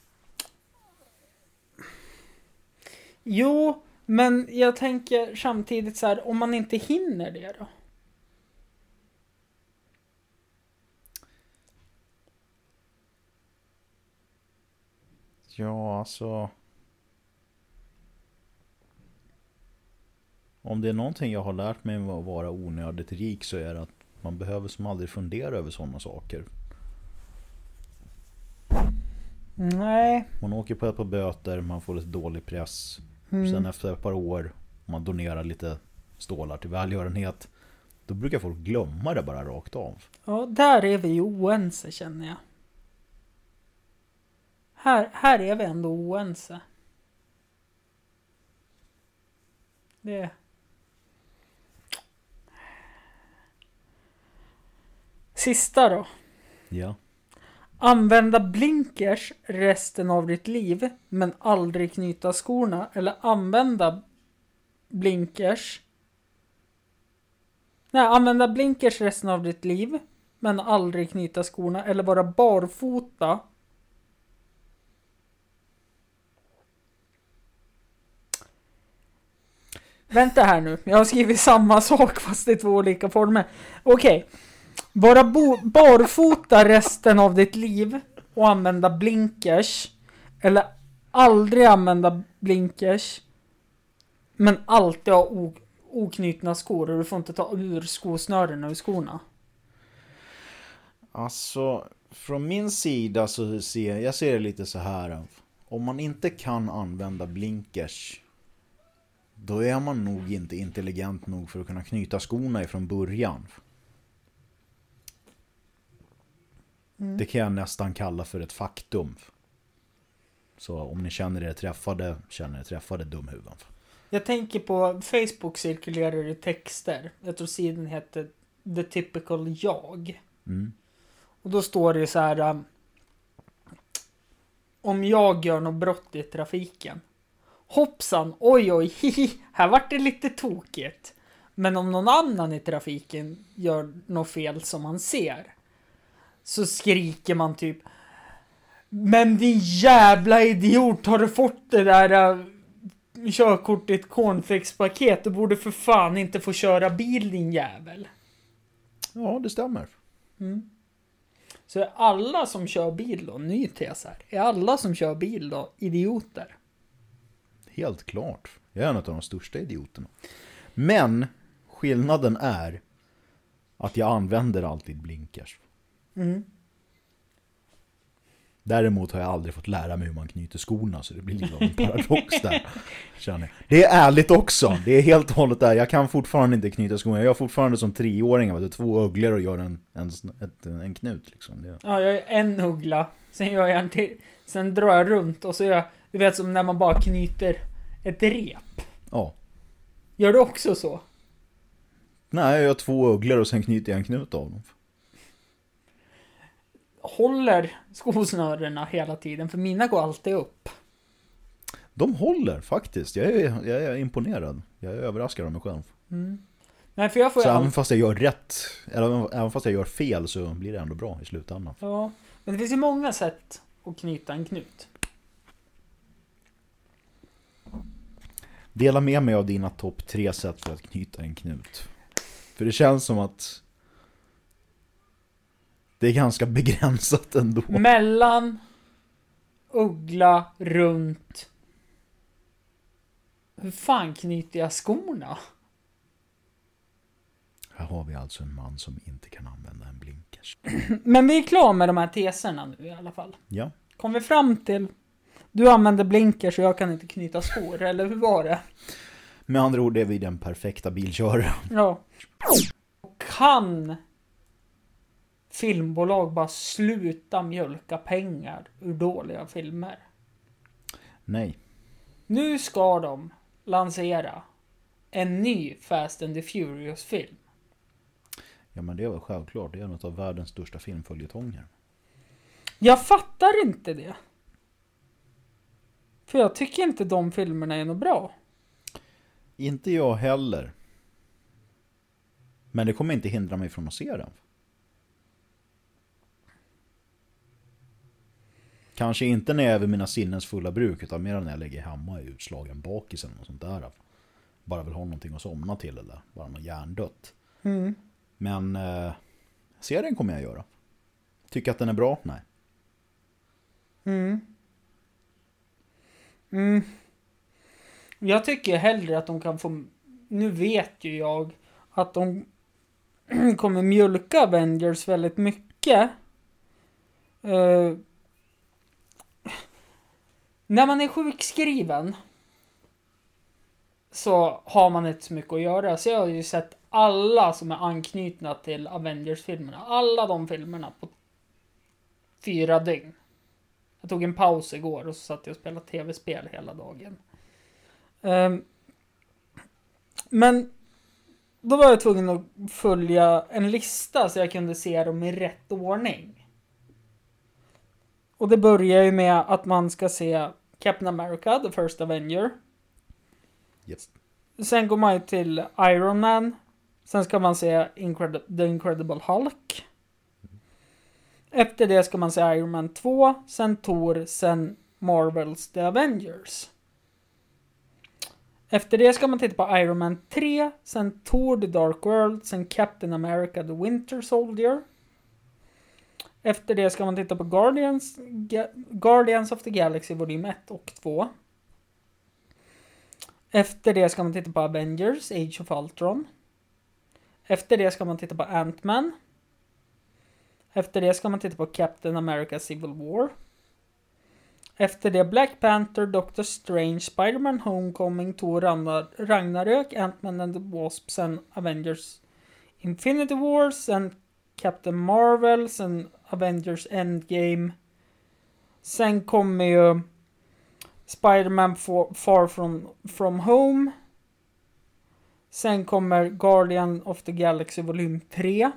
Jo, men jag tänker samtidigt så här, om man inte hinner det då? Ja, alltså... Om det är någonting jag har lärt mig med att vara onödigt rik så är det att man behöver som aldrig fundera över sådana saker. Nej. Man åker på ett par böter, man får lite dålig press. Sen efter ett par år, man donerar lite stålar till välgörenhet. Då brukar folk glömma det bara rakt av. Ja, där är vi oense känner jag. Här är vi ändå oense. Det. Sista då. Ja. Använda blinkers resten av ditt liv men aldrig knyta skorna. Eller använda blinkers. Nej, använda blinkers resten av ditt liv men aldrig knyta skorna. Eller vara barfota. Vänta här nu. Jag har skrivit samma sak fast i 2 olika former. Okej. Vara barfota resten av ditt liv och använda blinkers. Eller aldrig använda blinkers. Men alltid ha oknytna skor. Och du får inte ta ur skosnörena ur skorna. Alltså, från min sida så ser jag det lite så här. Om man inte kan använda blinkers, då är man nog inte intelligent nog för att kunna knyta skorna ifrån början. Det kan jag nästan kalla för ett faktum. Så om ni känner er träffade dumhuvuden. Jag tänker på Facebook cirkulerar det texter. Jag tror sidan heter The Typical Jag. Och då står det så här. Om jag gör något brott i trafiken. Hoppsan, oj, hihi, här vart det lite tokigt. Men om någon annan i trafiken gör något fel som man ser, så skriker man typ: men din jävla idiot, har du fått det där körkortet cornflakespaket? Du borde för fan inte få köra bil, din jävel. Ja, det stämmer. Så är alla som kör bil då, ny tes här, är alla som kör bil då idioter? Helt klart. Jag är en av de största idioterna. Men skillnaden är att jag använder alltid blinkers. Däremot har jag aldrig fått lära mig hur man knyter skorna, så det blir lite en paradox där. Det är ärligt också. Det är helt och hållet där. Jag kan fortfarande inte knyta skorna. Jag gör fortfarande som 3-åring. 2 ugglor och gör en knut. Liksom. Ja, jag gör en uggla. Sen gör jag en till. Sen drar jag runt och så gör jag, du vet, som när man bara knyter ett rep. Ja. Gör du också så? Nej, jag gör 2 ugglor och sen knyter jag en knut av dem. Håller skosnörena hela tiden? För mina går alltid upp. De håller faktiskt. Jag är imponerad. Jag är överraskad av mig själv. Nej, för jag får så även fast jag gör rätt, eller även fast jag gör fel, så blir det ändå bra i slutändan. Ja, men det finns ju många sätt att knyta en knut. Dela med mig av dina topp 3 sätt för att knyta en knut. För det känns som att det är ganska begränsat ändå. Mellan, uggla, runt. Hur fan knyter jag skorna? Här har vi alltså en man som inte kan använda en blinkers. Men vi är klara med de här teserna nu i alla fall. Ja. Kom vi fram till, du använder blinkers och jag kan inte knyta skor, eller hur var det? Med andra ord är vi den perfekta bilköraren. Ja. Kan filmbolag bara sluta mjölka pengar ur dåliga filmer? Nej. Nu ska de lansera en ny Fast and the Furious-film. Ja, men det är väl självklart. Det är en av världens största filmföljetonger. Jag fattar inte det. För jag tycker inte de filmerna är något bra. Inte jag heller. Men det kommer inte hindra mig från att se den. Kanske inte när jag är över mina sinnens fulla bruk, utan mer när jag lägger hemma och är utslagen bakis eller något sånt där. Bara vill ha någonting att somna till eller bara något hjärndött. Mm. Men serien kommer jag göra. Tycker att den är bra? Nej. Jag tycker hellre att de kan få... Nu vet ju jag att de kommer mjölka Avengers väldigt mycket. När man är sjukskriven så har man inte så mycket att göra. Så jag har ju sett alla som är anknutna till Avengers-filmerna. Alla de filmerna på 4 dygn. Jag tog en paus igår och så satt jag och spelade tv-spel hela dagen. Men då var jag tvungen att följa en lista så jag kunde se dem i rätt ordning. Och det börjar ju med att man ska se Captain America, The First Avenger. Yes. Sen går man ju till Iron Man. Sen ska man se The Incredible Hulk. Efter det ska man se Iron Man 2. Sen Thor. Sen Marvels The Avengers. Efter det ska man titta på Iron Man 3. Sen Thor The Dark World. Sen Captain America The Winter Soldier. Efter det ska man titta på Guardians of the Galaxy volym 1 och 2. Efter det ska man titta på Avengers Age of Ultron. Efter det ska man titta på Ant-Man. Efter det ska man titta på Captain America Civil War. Efter det Black Panther, Doctor Strange, Spider-Man Homecoming, Thor Ragnarök, Ant-Man and the Wasp, sen Avengers Infinity War, sen Captain Marvel, sen Avengers Endgame. Sen kommer ju Spider-Man Far From Home. Sen kommer Guardian of the Galaxy volym 3.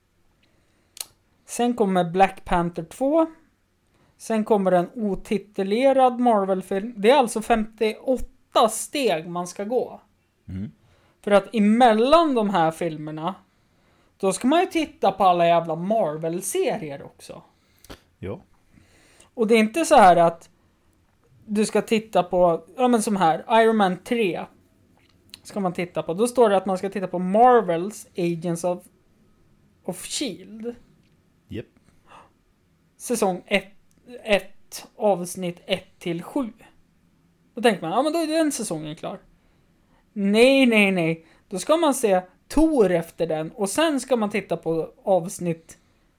Sen kommer Black Panther 2. Sen kommer en otitulerad Marvel-film. Det är alltså 58 steg man ska gå. För att emellan de här filmerna då ska man ju titta på alla jävla Marvel-serier också. Ja. Och det är inte så här att du ska titta på, ja men som här, Iron Man 3 ska man titta på. Då står det att man ska titta på Marvels Agents of S.H.I.E.L.D. Yep. Säsong 1 avsnitt 1-7. Då tänker man, ja men då är den säsongen klar. Nej. Då ska man se Thor efter den och sen ska man titta på avsnitt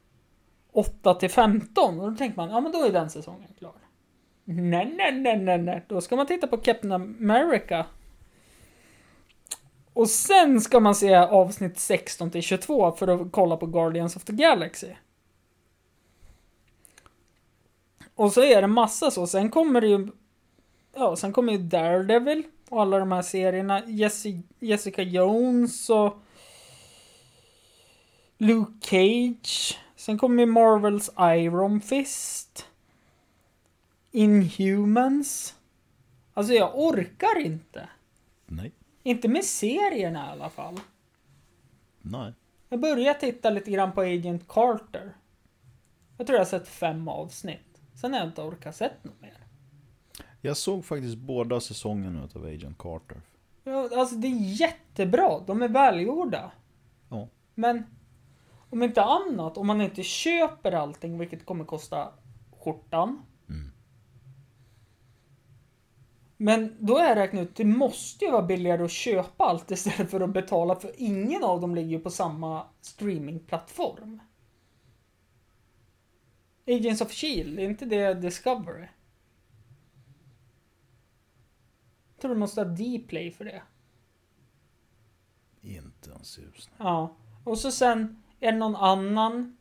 8-15 och då tänker man, ja men då är den säsongen klar. Nej. Då ska man titta på Captain America. Och sen ska man se avsnitt 16-22 för att kolla på Guardians of the Galaxy. Och så är det massa så. Sen kommer ju Daredevil och alla de här serierna. Jessica Jones och Luke Cage. Sen kommer ju Marvels Iron Fist. Inhumans. Alltså jag orkar inte. Nej. Inte med serierna i alla fall. Nej. Jag börjar titta lite grann på Agent Carter. Jag tror jag har sett 5 avsnitt. Sen har jag inte orkat sett något mer. Jag såg faktiskt båda säsongerna av Agent Carter. Ja, alltså det är jättebra. De är välgjorda. Ja. Men om inte annat, om man inte köper allting, vilket kommer kosta skjortan. Men då är jag räknat ut, det måste ju vara billigare att köpa allt istället för att betala, för ingen av dem ligger på samma streamingplattform. Agents of S.H.I.E.L.D., är inte det Discovery? Jag tror du måste ha Dplay för det. Inte en susning. Ja, och så sen är det någon annan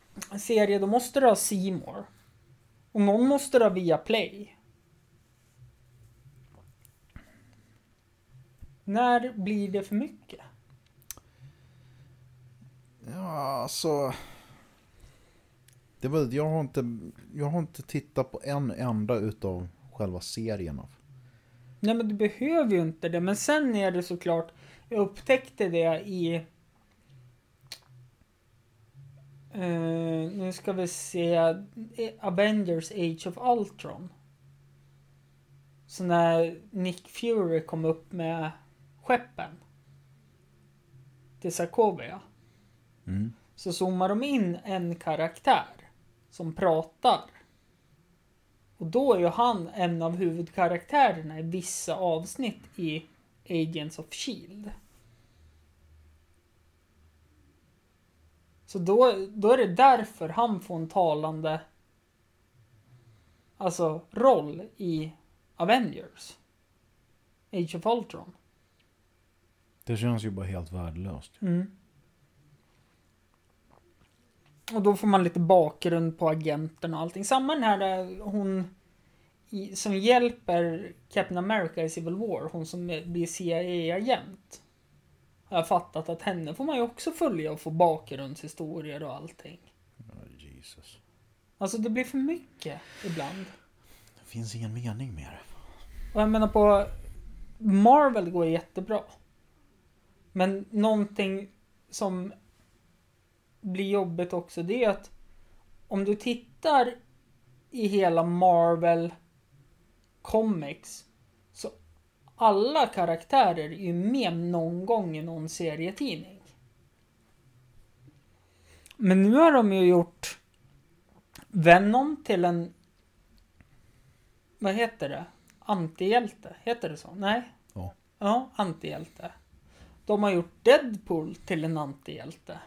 serie, då måste du ha C More. Och någon måste du ha Viaplay. När blir det för mycket? Ja, alltså... Jag har inte tittat på en enda utav själva serierna. Nej, men du behöver ju inte det. Men sen är det såklart... Jag upptäckte det i... nu ska vi se... Avengers Age of Ultron. Så när Nick Fury kom upp med skeppen till Sokovia, så zoomar de in en karaktär som pratar. Och då är ju han en av huvudkaraktärerna i vissa avsnitt i Agents of S.H.I.E.L.D. Så då är det därför han får en talande roll i Avengers Age of Ultron. Det känns ju bara helt värdelöst. Och då får man lite bakgrund på agenten och allting. Samma den här hon som hjälper Captain America i Civil War. Hon som blir CIA-agent. Jag har fattat att henne får man ju också följa och få bakgrundshistorier och allting. Jesus. Alltså det blir för mycket ibland. Det finns ingen mening med det. Och jag menar på Marvel går jättebra. Men någonting som blir jobbigt också, det är att om du tittar i hela Marvel Comics, så alla karaktärer är ju med någon gång i någon serietidning. Men nu har de ju gjort Venom till en, vad heter det? Antihjälte, heter det så? Nej? Ja, antihjälte. De har gjort Deadpool till en antihjälte.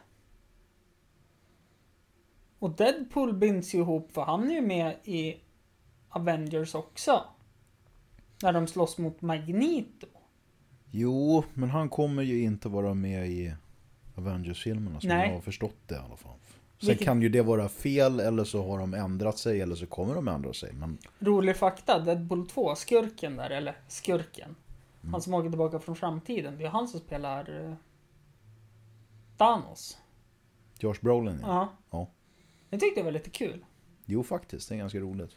Och Deadpool binds ju ihop, för han är ju med i Avengers också. När de slåss mot Magneto. Jo, men han kommer ju inte vara med i Avengers-filmerna, som jag har förstått det i alla fall. Sen kan ju det vara fel, eller så har de ändrat sig, eller så kommer de ändra sig. Men... Rolig fakta, Deadpool 2, skurken där, eller skurken. Han som åker tillbaka från framtiden, det är han som spelar Thanos. Josh Brolin, ja. Jag tyckte det var lite kul. Jo, faktiskt, det är ganska roligt.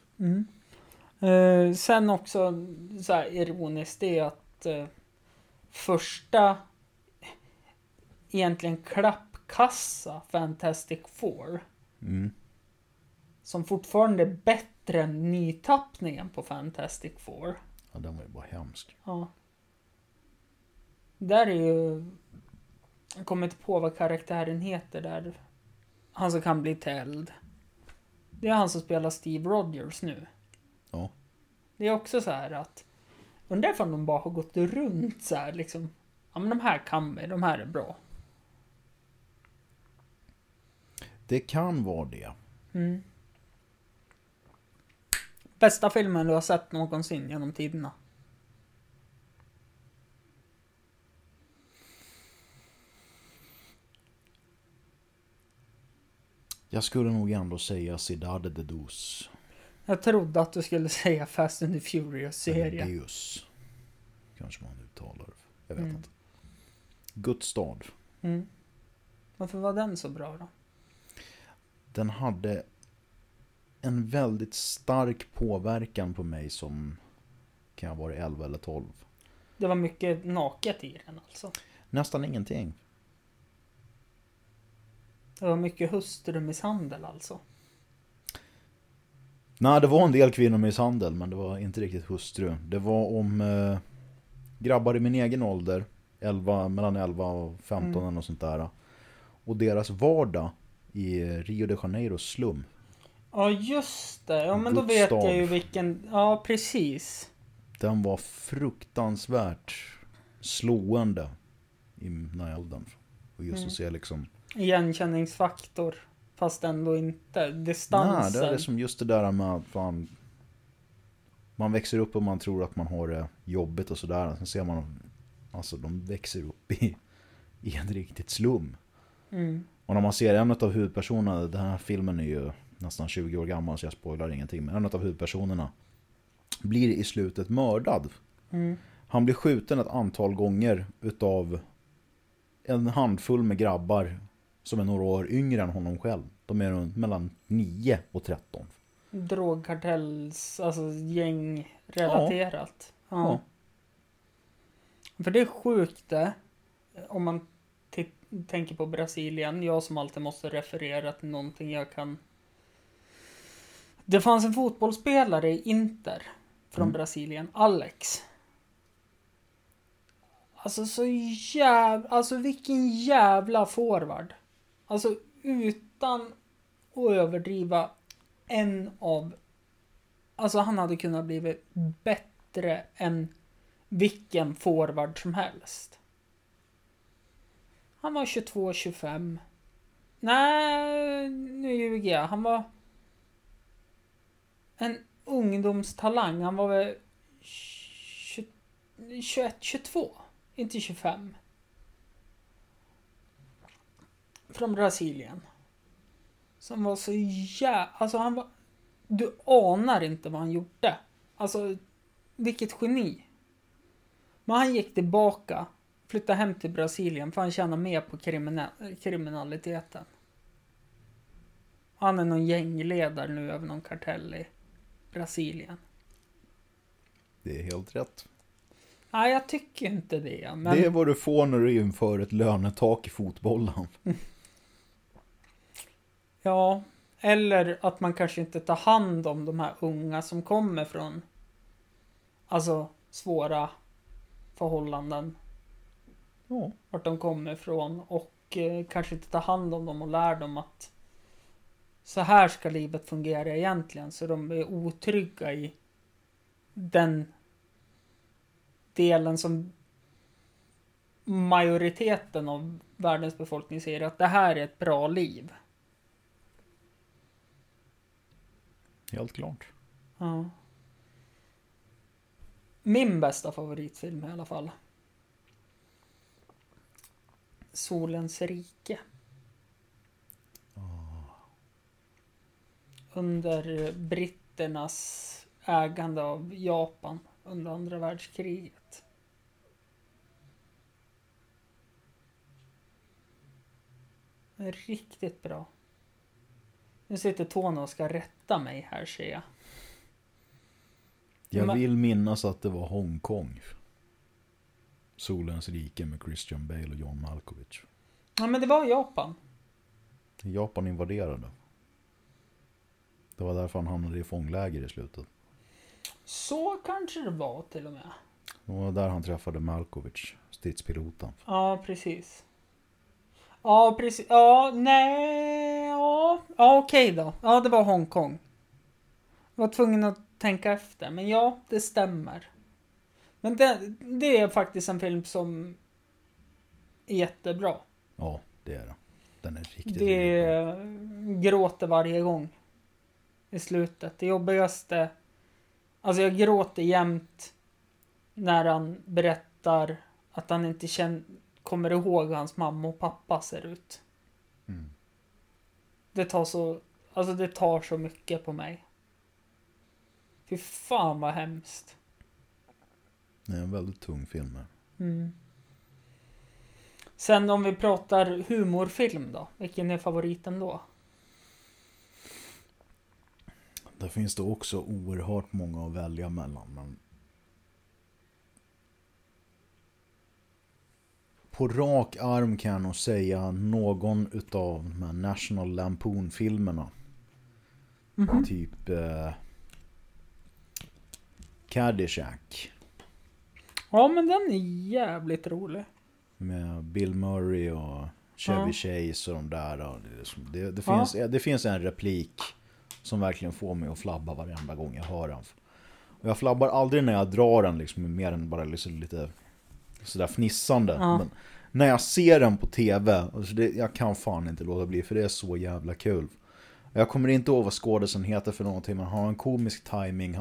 Sen också så här ironiskt, det är att första egentligen klappkassa Fantastic Four som fortfarande är bättre än nytappningen på Fantastic Four. Ja, den var ju bara hemsk. Ja. Där är ju, jag kommer inte på vad karaktären heter där. Han som kan bli Teld. Det är han som spelar Steve Rogers nu. Ja. Det är också så här att undrar ifall de bara har gått runt så här liksom. Ja, men de här kan vi, de här är bra. Det kan vara det. Bästa filmen du har sett någonsin genom tiderna? Jag skulle nog ändå säga Cidade de Deus. Jag trodde att du skulle säga Fast and the Furious-serien. Deus. Kanske man uttalar det. Jag vet inte. Guds stad. Varför var den så bra då? Den hade en väldigt stark påverkan på mig som kan jag vara 11 eller 12. Det var mycket naket i den alltså. Nästan ingenting. Det var mycket hustrumisshandel alltså. Nej, det var en del kvinnomisshandel, men det var inte riktigt hustru. Det var om grabbar i min egen ålder, mellan 11 och 15 eller något sånt där. Och deras vardag i Rio de Janeiro slum. Ja, just det. Ja, men då vet jag ju vilken... Ja, precis. Den var fruktansvärt slående när jag den. Och just att se liksom... Igenkänningsfaktor. Fast ändå inte. Distansen. Nej, det är som just det där med att man växer upp och man tror att man har det jobbigt och sådär. Sen ser man alltså de växer upp i ett riktigt slum. Och när man ser en av huvudpersonerna, den här filmen är ju nästan 20 år gammal så jag spoilar ingenting, men en av huvudpersonerna blir i slutet mördad. Han blir skjuten ett antal gånger utav en handfull med grabbar som är några år yngre än honom själv. De är mellan 9 och 13. Drogkartells, alltså gängrelaterat. Ja. För det är sjukt det. Om man tänker på Brasilien. Jag som alltid måste referera till någonting jag kan. Det fanns en fotbollsspelare i Inter från Brasilien, Alex. Alltså alltså vilken jävla forward. Alltså utan att överdriva alltså han hade kunnat bli bättre än vilken forward som helst. Han var 22-25. Nej, nu ljuger jag. Han var en ungdomstalang. Han var väl 21-22. Inte 25. Från Brasilien. Som var så alltså han var. Du anar inte vad han gjorde. Alltså vilket geni. Men han gick tillbaka. Flyttade hem till Brasilien. För han tjänar mer på kriminaliteten. Han är någon gängledare nu över någon kartell i Brasilien. Det är helt rätt. Nej, jag tycker inte det. Men det är vad du får när du inför ett lönetak i fotbollen. Ja, eller att man kanske inte tar hand om de här unga som kommer från alltså svåra förhållanden. Ja. Vart de kommer ifrån och kanske inte tar hand om dem och lär dem att så här ska livet fungera egentligen. Så de är otrygga i den delen som majoriteten av världens befolkning säger att det här är ett bra liv. Helt klart. Ja. Min bästa favoritfilm i alla fall. Solens rike. Under britternas ägande av Japan under andra världskriget. Riktigt bra. Nu sitter Tony och ska rätta mig här, ser jag. Jag vill minnas att det var Hongkong. Solens rike med Christian Bale och John Malkovich. Ja, men det var Japan. Japan invaderade. Det var därför han hamnade i fångläger i slutet. Så kanske det var till och med. Det var där han träffade Malkovich, stridspiloten. Ja, precis. Ja, precis. Ja, nej. Ja, okej då. Ja, det var Hongkong. Jag var tvungen att tänka efter. Men ja, det stämmer. Men det är faktiskt en film som är jättebra. Ja, det är det. Den är riktigt Det gråter varje gång i slutet. Det jobbigaste. Alltså jag gråter jämt när han berättar att han inte kommer ihåg hur hans mamma och pappa ser ut. Mm. Det tar så mycket på mig. Fy fan vad hemskt. Det är en väldigt tung film. Mm. Sen om vi pratar humorfilm då. Vilken är favoriten då? Där finns det också oerhört många att välja mellan. Men på rak arm kan jag nog säga någon utav de här National Lampoon-filmerna. Mm-hmm. Typ Caddyshack. Ja, men den är jävligt rolig. Med Bill Murray och Chevy Chase och de där. Det finns en replik som verkligen får mig att flabba varenda gång jag hör den. Och jag flabbar aldrig när jag drar den liksom, mer än bara liksom lite sådär fnissande. Men när jag ser den på tv, alltså jag kan fan inte låta bli, för det är så jävla kul. Jag kommer inte ihåg vad skådespelaren heter för någonting, men han har en komisk timing.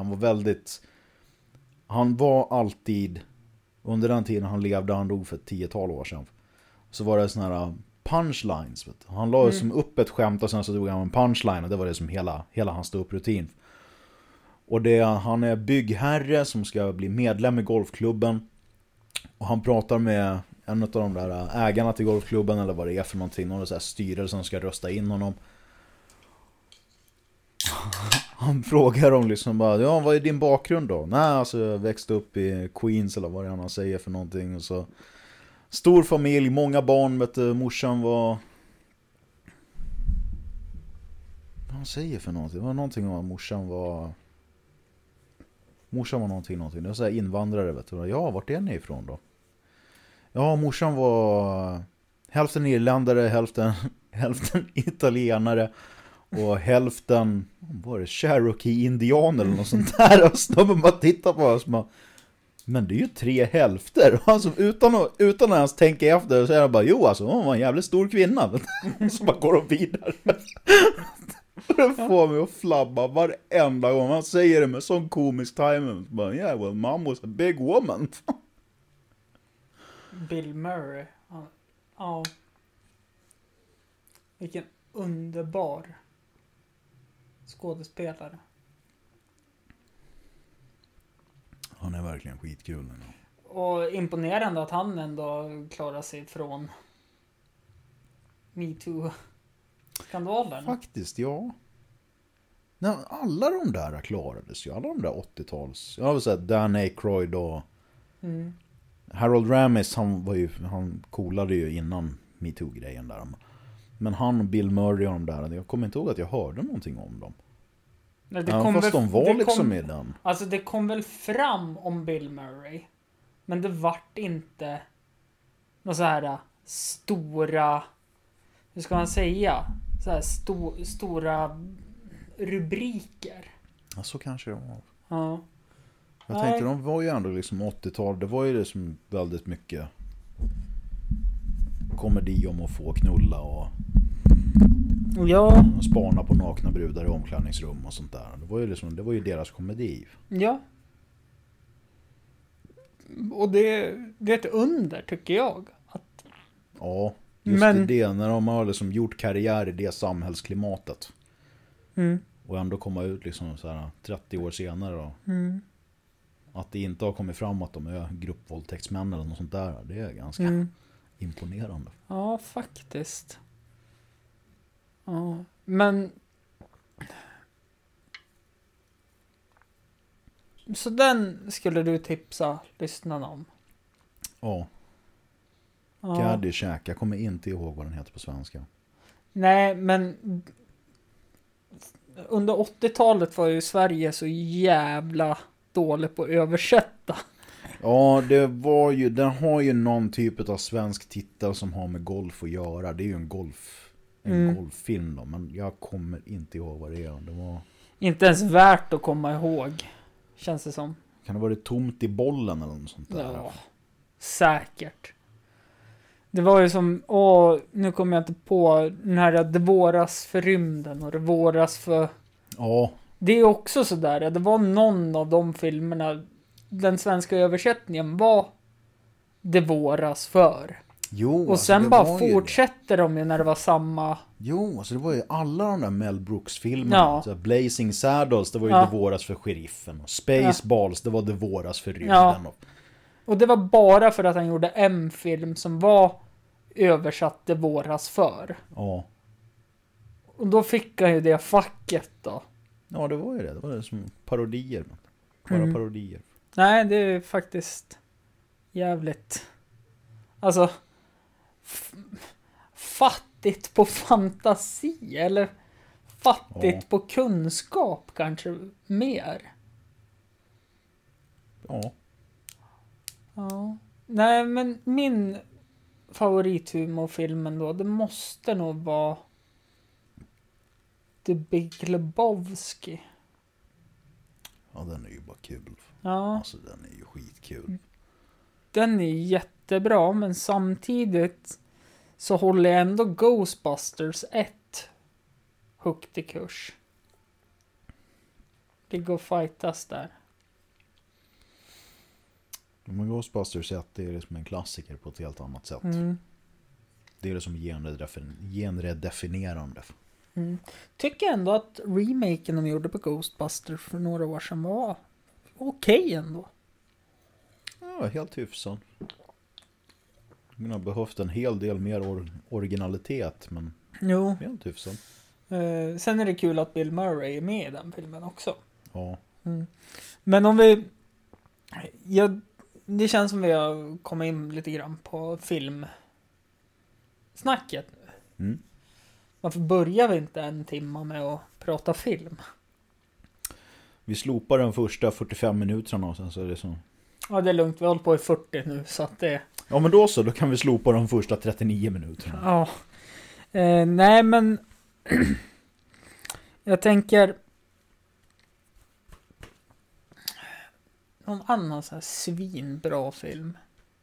Han var alltid, under den tiden han levde, han dog för 10-tal år sedan, så var det såna här punchlines. Vet du. Han la som upp ett skämt och sen så drog han en punchline, och det var det som hela hans ståupprutin. Och han är byggherre som ska bli medlem i golfklubben. Och han pratar med en av de där ägarna till golfklubben eller vad det är för någonting. Någon så här styrelse som ska rösta in honom. Han frågar om liksom bara, ja, vad är din bakgrund då? Nej, alltså jag växte upp i Queens eller vad det är han säger för någonting. Och så, stor familj, många barn, vet du, morsan var... Vad han säger för någonting? Det var någonting om att morsan var någonting. Det var så här invandrare, vet du. Ja, vart är ni ifrån då? Ja, morsan var hälften irländare, hälften italienare och hälften, var det Cherokee-indian eller något sånt där. Och så de bara tittar på oss, men det är ju 3 hälfter. Alltså, utan att ens tänka efter så är det bara, jo alltså, hon var en jävligt stor kvinna. Så bara går de vidare. Det får mig att flabba varenda gång. Han säger det med sån komisk timing. Bara, yeah, well, mom was a big woman. Bill Murray. Ja. Vilken underbar skådespelare. Han är verkligen skitkul. Och imponerande att han ändå klarar sig från MeToo-skandalen. Faktiskt, ja. Nej, alla de där klarades ju. Alla de där 80-tals. Jag har väl sett Dan Aykroyd och Harold Ramis, han coolade ju innan MeToo-grejen där. Men han och Bill Murray och de där, jag kommer inte ihåg att jag hörde någonting om dem. Nej, fast de var liksom i den. Alltså det kom väl fram om Bill Murray. Men det vart inte några så här stora, hur ska man säga, så här stora rubriker. Ja, så kanske det var. Ja. Jag tänkte, de var ju ändå liksom 80-tal. Det var ju det som väldigt mycket komedi om att få knulla och spana på nakna brudar i omklädningsrum och sånt där. Det var ju deras komedi. Ja. Och det är ett under, tycker jag. Ja, just det. När de har liksom gjort karriär i det samhällsklimatet. Och ändå komma ut liksom så här 30 år senare då. Att det inte har kommit fram att de är gruppvåldtäktsmän eller något sånt där. Det är ganska imponerande. Ja, faktiskt. Ja, men så den skulle du tipsa lyssnarna om? Ja. Caddyshack. Jag kommer inte ihåg vad den heter på svenska. Nej, men under 80-talet var ju Sverige så jävla dålig på att översätta. Ja, den har ju någon typ av svensk titel som har med golf att göra. Det är ju en golffilm då, men jag kommer inte ihåg vad det är. Det var inte ens värt att komma ihåg, känns det som. Kan det vara tomt i bollen eller något sånt där? Ja, säkert. Det var ju som, nu kommer jag inte på den här Det våras för rymden och Det våras för... Ja. Det är också sådär, det var någon av de filmerna, den svenska översättningen var Det våras för. Jo, och sen bara fortsätter de ju när det var samma... Jo, alltså det var ju alla de där Mel Brooks-filmerna. Ja. Blazing Saddles, det var ju Det våras för sheriffen. Och Spaceballs, det var Det våras för rymden. Ja. Och det var bara för att han gjorde en film som var översatt Det våras för. Ja. Och då fick han ju det facket då. Ja, det var ju det. Det var det som parodier. Bara parodier. Nej, det är faktiskt jävligt... Alltså... fattigt på fantasi. Eller fattigt på kunskap kanske mer. Ja. Ja. Nej, men min favorithumorfilmen då, det måste nog vara The Big Lebowski. Ja, den är ju bara kul. Ja. Alltså, den är ju skitkul. Den är jättebra, men samtidigt så håller jag ändå Ghostbusters 1 högt i kurs. Det går fightas där. Men Ghostbusters 1 är liksom en klassiker på ett helt annat sätt. Det är det som genredefinierande. Tycker ändå att remaken de gjorde på Ghostbusters för några år sedan var okej ändå. Ja, helt hyfsad. Jag har behövt en hel del mer originalitet, men Jo. helt hyfsad. Sen är det kul att Bill Murray är med i den filmen också. Ja. Men om vi... det känns som vi har kommit in lite grann på filmsnacket nu. Varför börjar vi inte en timme med att prata film? Vi slopar den första 45 minuterna och sen så är det så. Ja, det är lugnt. Vi har hållit på i 40 nu, så att det... Ja, men då så. Då kan vi slopa de första 39 minuterna. Ja. Nej, men... jag tänker... någon annan så här svinbra film.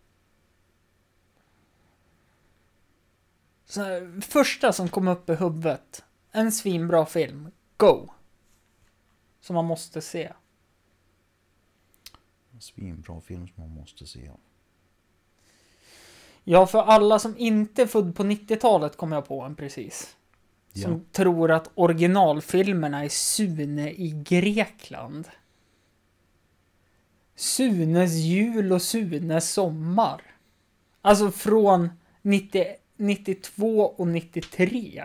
Så här, första som kom upp i huvudet. En svinbra film. Go! Som man måste se. En svinbra film som man måste se. Ja, för alla som inte är född på 90-talet kom jag på en precis. Som tror att originalfilmerna är Sune i Grekland. Sunes jul och Sunes sommar. Alltså från 92 och 93.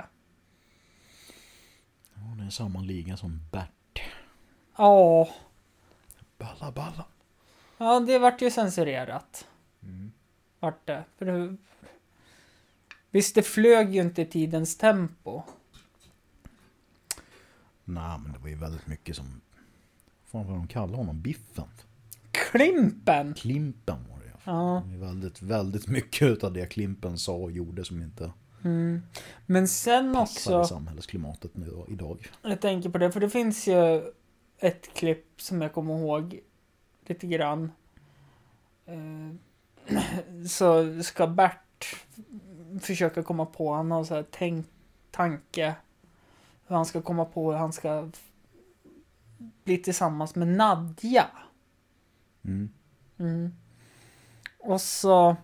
Ja, det är samma liga som Bert. Ja. Balla. Ja, det vart ju censurerat. Vart det. För det... Visst, det flög ju inte i tidens tempo. Nej, men det var ju väldigt mycket som... Vad de kallar honom? Biffen? Klimpen! Klimpen var det. Ja. Det är väldigt, väldigt mycket av det Klimpen sa och gjorde som inte Men sen passar också... i samhällsklimatet nu idag. Jag tänker på det, för det finns ju ett klipp som jag kommer ihåg lite grann. Så ska Bert försöka komma på, han har så här tanke hur han ska komma på hur han ska bli tillsammans med Nadja. Och så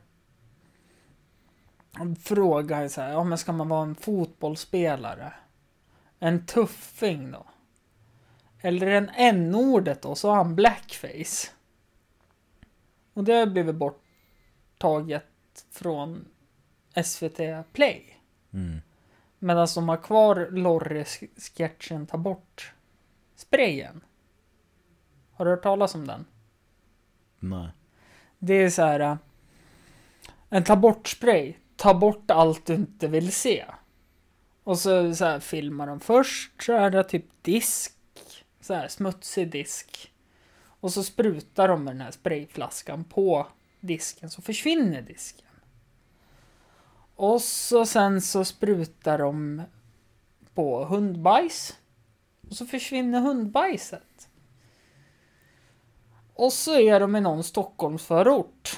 frågar jag så här, ja men ska man vara en fotbollsspelare? En tuffing då? Eller en n-ordet då, så har han blackface. Och det har blivit borttaget från SVT Play. Medan de har kvar Lorry-sketchen ta bort sprayen. Har du hört talas om den? Nej. Det är så här, en ta bort spray, ta bort allt du inte vill se. Och så här filmar de först, så är det typ disk, så här smutsig disk. Och så sprutar de med den här sprayflaskan på disken, så försvinner disken. Och så sen så sprutar de på hundbajs. Och så försvinner hundbajset. Och så är de i någon Stockholmsförort.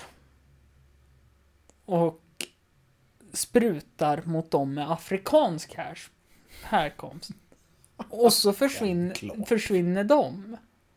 Och sprutar mot dem med afrikansk härkomst. Och så försvinner de.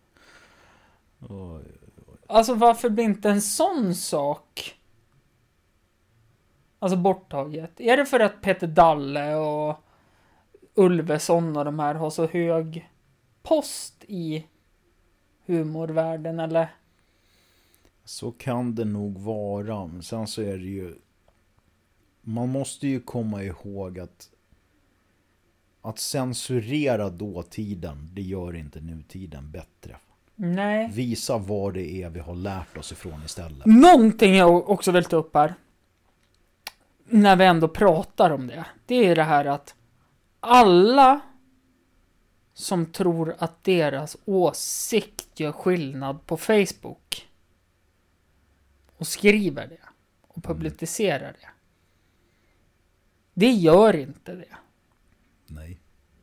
Alltså varför blir inte en sån sak alltså borttaget? Är det för att Peter Dalle och Ulveson och de här har så hög post i humorvärlden, eller? Så kan det nog vara. Men sen så är det ju, man måste ju komma ihåg att censurera dåtiden, det gör inte nutiden bättre. Nej. Visa vad det är vi har lärt oss ifrån istället. Någonting jag också vill ta upp här, när vi ändå pratar om det, det är det här att alla som tror att deras åsikt gör skillnad på Facebook och skriver det och publicerar det. Det gör inte det. Nej.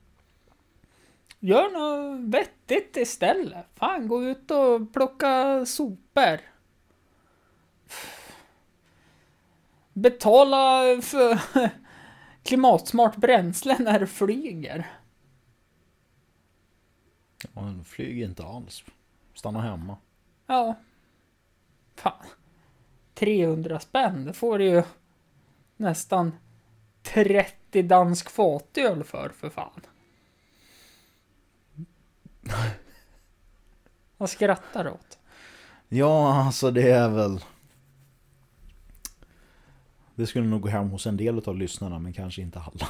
Gör något vettigt istället. Fan, gå ut och plocka sopor. Betala för klimatsmart bränsle när du flyger. Ja, den flyger inte alls. Stanna hemma. Ja. Fan. 300 spänn. Det får du ju nästan 30 dansk fatöl för fan. Vad skrattar du åt? Ja, alltså det är väl... Det skulle nog gå hem hos en del av lyssnarna, men kanske inte alla.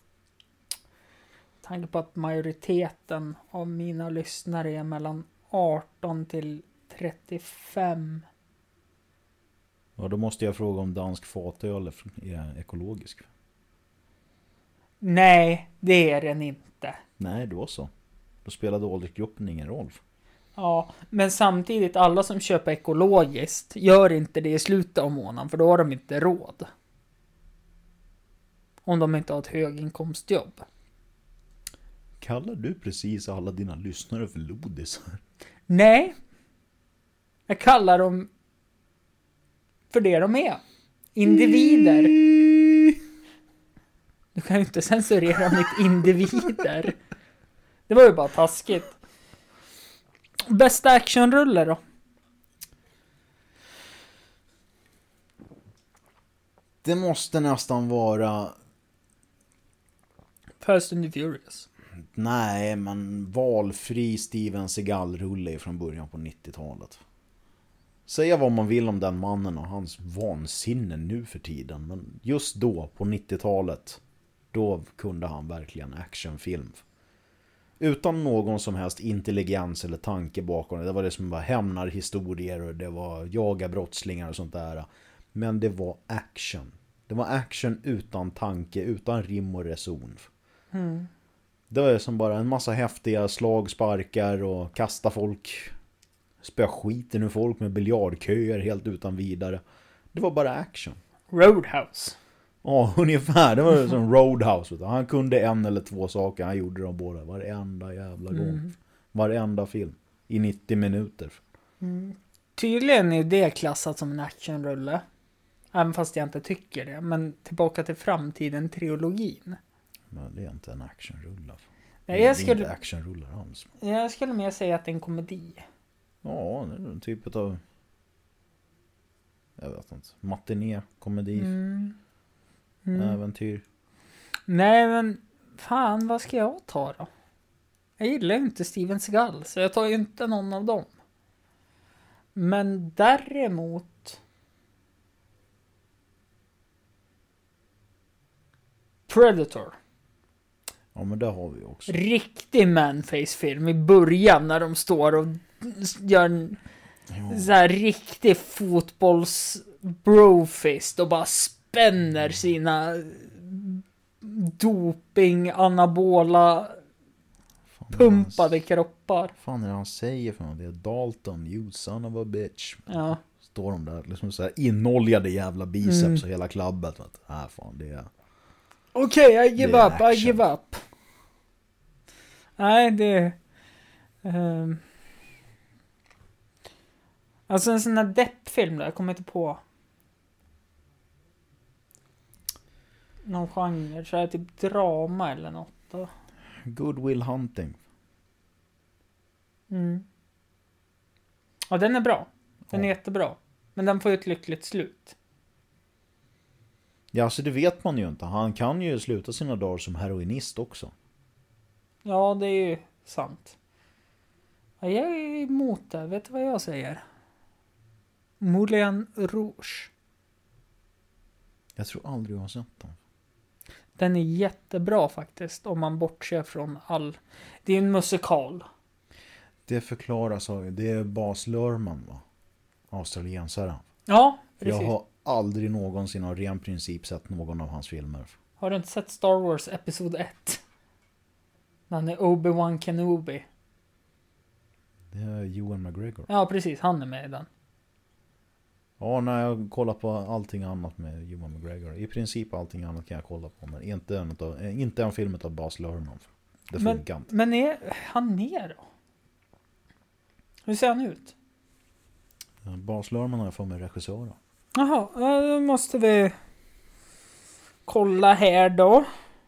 Tanke på att majoriteten av mina lyssnare är mellan 18 till 35. Ja, då måste jag fråga om dansk fatöl är ekologisk. Nej, det är den inte. Nej, då så. Då spelade åldersgruppen ingen roll. Ja, men samtidigt alla som köper ekologiskt gör inte det i slutet av månaden, för då har de inte råd. Om de inte har ett höginkomstjobb. Kallar du precis alla dina lyssnare för lodisar? Nej. Jag kallar dem för det de är. Individer. Du kan ju inte censurera mitt individer. Det var ju bara taskigt. Bästa actionrulle då? Det måste nästan vara... Fast and the Furious. Nej, men valfri Steven Seagal-rulle från början på 90-talet. Säga vad man vill om den mannen och hans vansinne nu för tiden. Men just då, på 90-talet, då kunde han verkligen actionfilm. Utan någon som helst intelligens eller tanke bakom det. Det var det som var hämnarhistorier och det var jaga brottslingar och sånt där. Men det var action. Det var action utan tanke, utan rim och reson. Mm. Det var som bara en massa häftiga slag, sparkar och kasta folk. Spöa skiten ur folk med biljardköer helt utan vidare. Det var bara action. Roadhouse. Ja, ungefär. Det var som Roadhouse. Han kunde en eller två saker. Han gjorde dem båda. Varenda jävla gång. Varenda film. I 90 minuter. Mm. Tydligen är det klassat som en actionrulle. Även fast jag inte tycker det. Men Tillbaka till framtiden, trilogin. Men det är inte en actionrulle. Nej, Det är inte actionrullar alls. Jag skulle mer säga att det är en komedi. Ja, det är en typ av... Jag vet inte. Matiné, komedi. Äventyr. Nej, men fan, vad ska jag ta då? Jag gillar ju inte Steven Seagal, så jag tar ju inte någon av dem. Men däremot... Predator. Ja, men det har vi också. Riktig manface-film i början när de står och gör en så här riktig fotbolls-brofist och bara spänner sina doping, anabola pumpade kroppar. Fan är det han säger för något? Det är Dalton, you son of a bitch. Ja. Står de där liksom så här inoljade jävla biceps och hela klabbet. Fan det är... Okej, I give Det är up, I action. give up. Nej, det... Alltså en sån här deppfilm där, jag kommer inte på någon genre, så här typ drama eller något då. Good Will Hunting. Ja, den är bra. Den är Ja. jättebra. Men den får ju ett lyckligt slut. Ja, så det vet man ju inte. Han kan ju sluta sina dagar som heroinist också. Ja, det är ju sant. Ja, jag är emot det. Vet du vad jag säger? Moulin Rouge. Jag tror aldrig jag har sett den. Den är jättebra faktiskt. Om man bortser från all... Det är en musikal. Det förklaras av... Det är Baz Luhrmann, va? Australiensare. Ja, precis. Jag har aldrig någonsin av ren princip sett någon av hans filmer. Har du inte sett Star Wars Episod 1? När han är Obi-Wan Kenobi. Det är Ewan McGregor. Ja, precis. Han är med i den. Ja, när jag kollar på allting annat med Ewan McGregor. I princip allting annat kan jag kolla på. Men inte en film av Baz Luhrmann. Det funkar inte. Men är han med då? Hur ser han ut? Baz Luhrmann har jag fått med regissörer. Jaha, då måste vi kolla här då.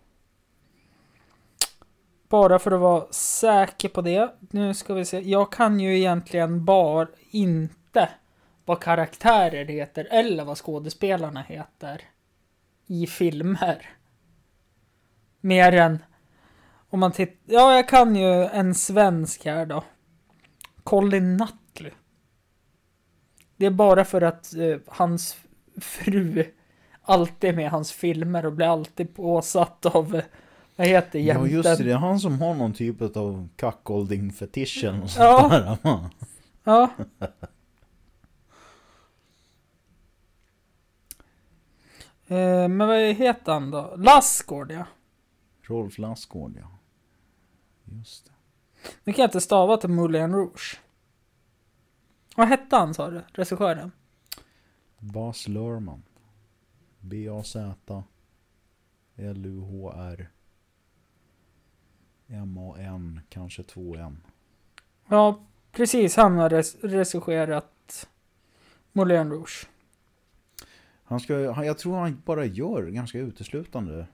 Bara för att vara säker på det. Nu ska vi se. Jag kan ju egentligen bara inte vad karaktärer heter eller vad skådespelarna heter i filmer. Mer än om man tittar... Ja, jag kan ju en svensk här då. Colin Nutley. Det är bara för att hans fru alltid är med hans filmer och blir alltid påsatt av, vad heter jämten? Ja just det, det är han som har någon typ av cuckolding-fetischen och sånt Ja. där. Ja. Men vad heter han då? Lassgård, ja. Rolf Lassgård, ja. Just det. Nu kan jag inte stava till Moulin Rouge. Vad hette han, sa du? Regissören? Baz Luhrmann. B-A-Z-L-U-H-R-M-A-N, kanske 2-N. Ja, precis. Han har regisserat Moulin Rouge. Jag tror han bara gör ganska uteslutande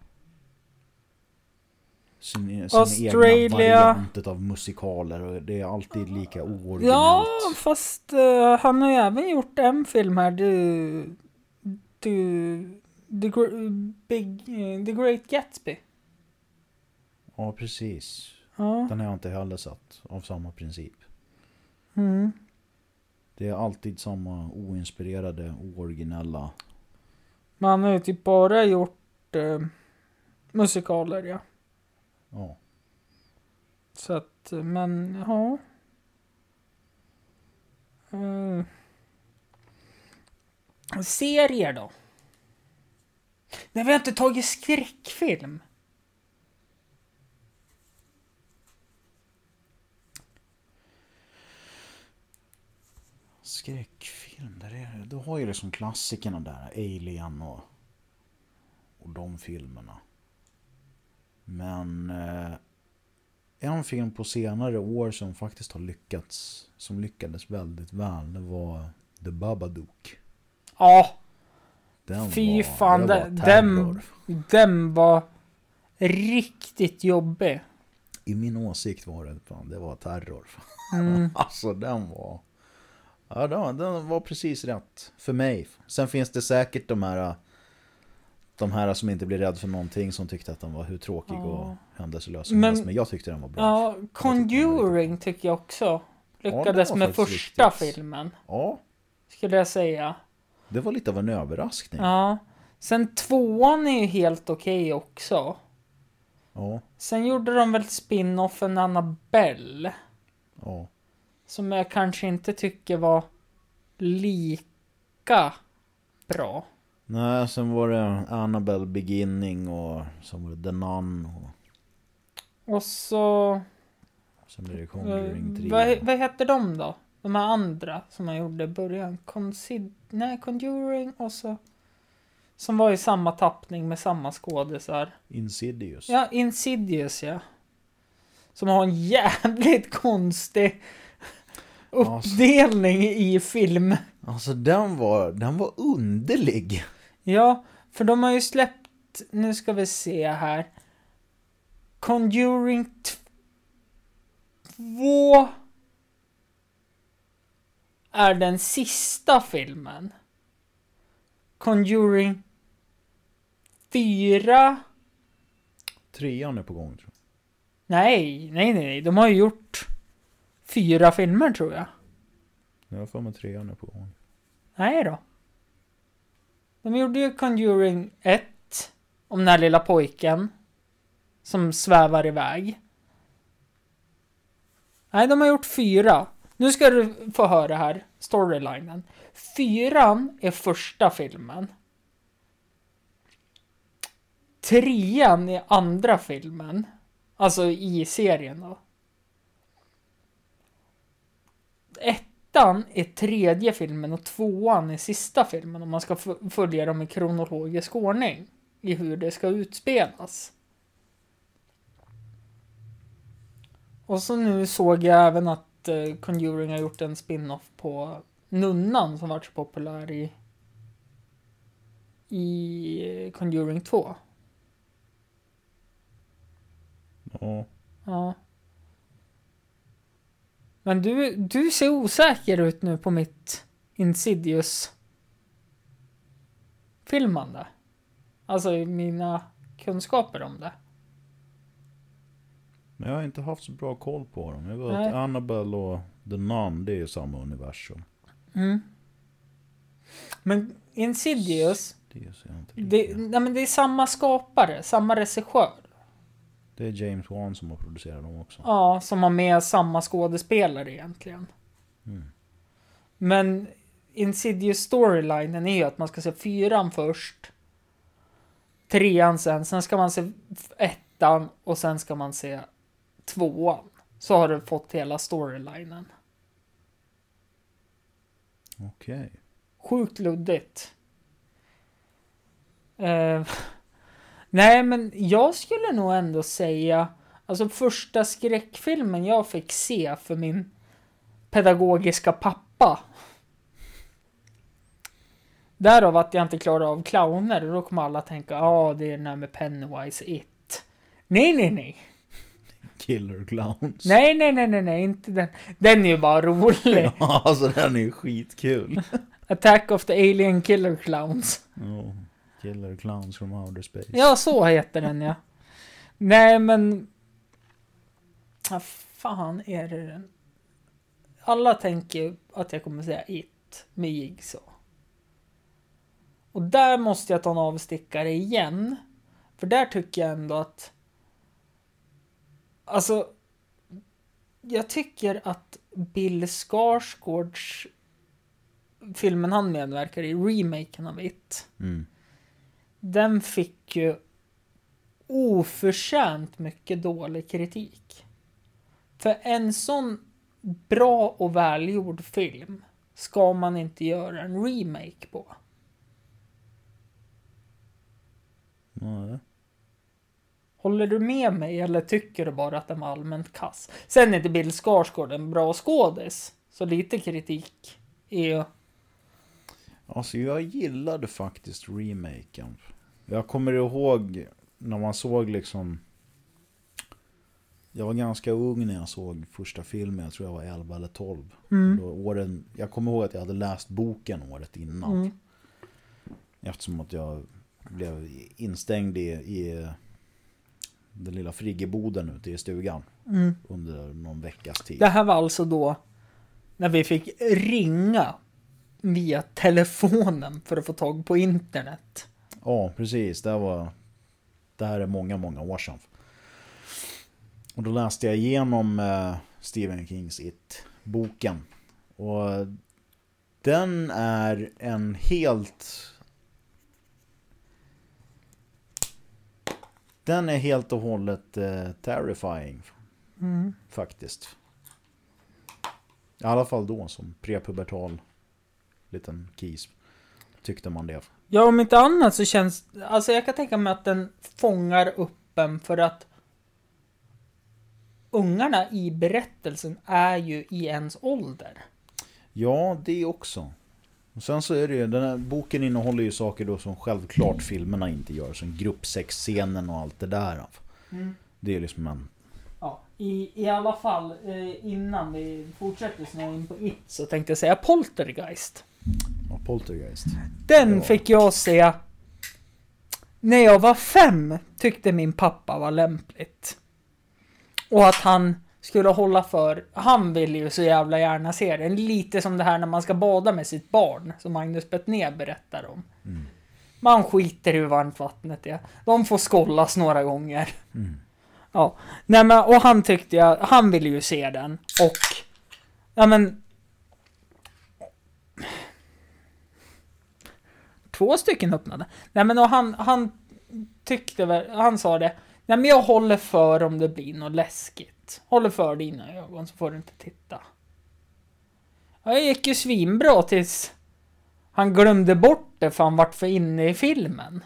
sin Australia. egna variantet av musikaler, och det är alltid lika ooriginellt. Ja, fast han har ju även gjort en film här. The Great Gatsby. Ja, precis. Ja. Den har jag inte heller sett av samma princip. Mm. Det är alltid samma oinspirerade, ooriginella. Men han har ju typ bara gjort musikaler, ja. Ja. Så att, men ja. Serier då? Nej, vi har inte tagit skräckfilm. Skräckfilm, du har ju liksom klassikerna där, Alien och de filmerna. Men en film på senare år som faktiskt har lyckades väldigt väl, det var The Babadook. Ja. Den Fy var, fan, det var terror. den var riktigt jobbig. I min åsikt var det var terror. Mm. Alltså den var precis rätt för mig. Sen finns det säkert de här som inte blir rädda för någonting, som tyckte att den var hur tråkig och händelselös som helst. Men jag tyckte den var bra. Ja, Conjuring tycker jag också lyckades med första filmen. Ja. Skulle jag säga. Det var lite av en överraskning. Ja. Sen tvåan är ju helt okej också. Ja. Sen gjorde de väl spin-offen Annabelle. Ja. Som jag kanske inte tycker var lika bra. Nej, sen var det Annabelle Beginning och sen var det The Nun. Och så... Sen blir det Conjuring 3. Vad heter de då? De här andra som man gjorde i början. Conjuring och så... Som var i samma tappning med samma skådisar. Insidious. Ja, Insidious, ja. Som har en jävligt konstig uppdelning i film. Alltså den var underlig. Ja, för de har ju släppt, nu ska vi se här. Conjuring 2 är den sista filmen. Conjuring 4. 3:an är på gång, tror jag. Nej. De har ju gjort 4 filmer, tror jag. Jag har för mig 3:an är på gång. Nej då. De gjorde ju Conjuring 1 om den här lilla pojken som svävar iväg. Nej, de har gjort 4. Nu ska du få höra här storylinen. 4:an är första filmen. 3:an är andra filmen. Alltså i serien då. 1:an är tredje filmen och 2:an är sista filmen, om man ska följa dem i kronologisk ordning i hur det ska utspelas. Och så nu såg jag även att Conjuring har gjort en spin-off på Nunnan som varit så populär i Conjuring 2. Ja. Ja. Men du ser osäker ut nu på mitt Insidious filmande. Alltså i mina kunskaper om det. Men jag har inte haft så bra koll på dem. Jag vet att Annabelle och The Nun, det är ju samma universum. Mm. Men Insidious, Det ser jag inte det är samma skapare, samma regissör. Det är James Wan som har producerat dem också. Ja, som har med samma skådespelare egentligen. Men Insidious storylinen är ju att man ska se 4 först, 3 sen ska man se 1 och sen ska man se 2. Så har du fått hela storylinen. Okej. Sjukt luddigt. Nej, men jag skulle nog ändå säga, alltså första skräckfilmen jag fick se för min pedagogiska pappa. Därav att jag inte klarar av clowner, och då kommer alla tänka, det är den här med Pennywise It. Nej. Killer Clowns. Nej, inte den. Den är ju bara rolig. Ja, alltså den är ju skitkul. Attack of the Alien Killer Clowns. Killer Clowns from Outer Space. Ja, så heter den, ja. Nej, men... Vad fan är det den? Alla tänker att jag kommer säga It med Jigsaw. Och där måste jag ta en avstickare igen. För där tycker jag ändå att... Alltså... Jag tycker att Bill Skarsgårds filmen han medverkar i, remaken av It. Den fick ju oförtjänt mycket dålig kritik. För en sån bra och välgjord film ska man inte göra en remake på. Nej. Håller du med mig eller tycker du bara att den var allmänt kass? Sen är inte Bill Skarsgård en bra skådis, så lite kritik är ju... Alltså jag gillade faktiskt remaken. Jag kommer ihåg när man såg liksom... Jag var ganska ung när jag såg första filmen. Jag tror jag var 11 eller 12. Jag kommer ihåg att jag hade läst boken året innan. Eftersom att jag blev instängd i den lilla friggeboden ute i stugan under någon veckas tid. Det här var alltså då när vi fick ringa via telefonen för att få tag på internet. Ja, precis. Det här är många år sedan. Och då läste jag igenom Stephen Kings It-boken. Och den är en helt... Den är helt och hållet terrifying. Faktiskt. I alla fall då som prepubertal liten kis tyckte man det. Ja, om inte annat så känns... Alltså jag kan tänka mig att den fångar upp en för att ungarna i berättelsen är ju i ens ålder. Ja, det också. Och sen så är det ju, den här boken innehåller ju saker då som självklart filmerna inte gör. Som gruppsexscenen och allt det där. Det är liksom en... Ja, i alla fall innan vi fortsätter snöa in på It så tänkte jag säga Poltergeist. Ja, Poltergeist. Den fick jag se när jag var 5, tyckte min pappa var lämpligt. Och att han skulle hålla för... Han ville ju så jävla gärna se den. Lite som det här när man ska bada med sitt barn. Som Magnus Bettner berättar om. Man skiter i hur varmt vattnet är. De får skollas några gånger. Ja. Nej, men, och han tyckte han ville ju se den. Och... Ja men... 2 stycken öppnade. Nej men och han tyckte väl... Han sa det. Nej men jag håller för om det blir något läskigt. Håller för dina ögon så får du inte titta. Jag gick ju svinbra tills han glömde bort det för han vart för inne i filmen.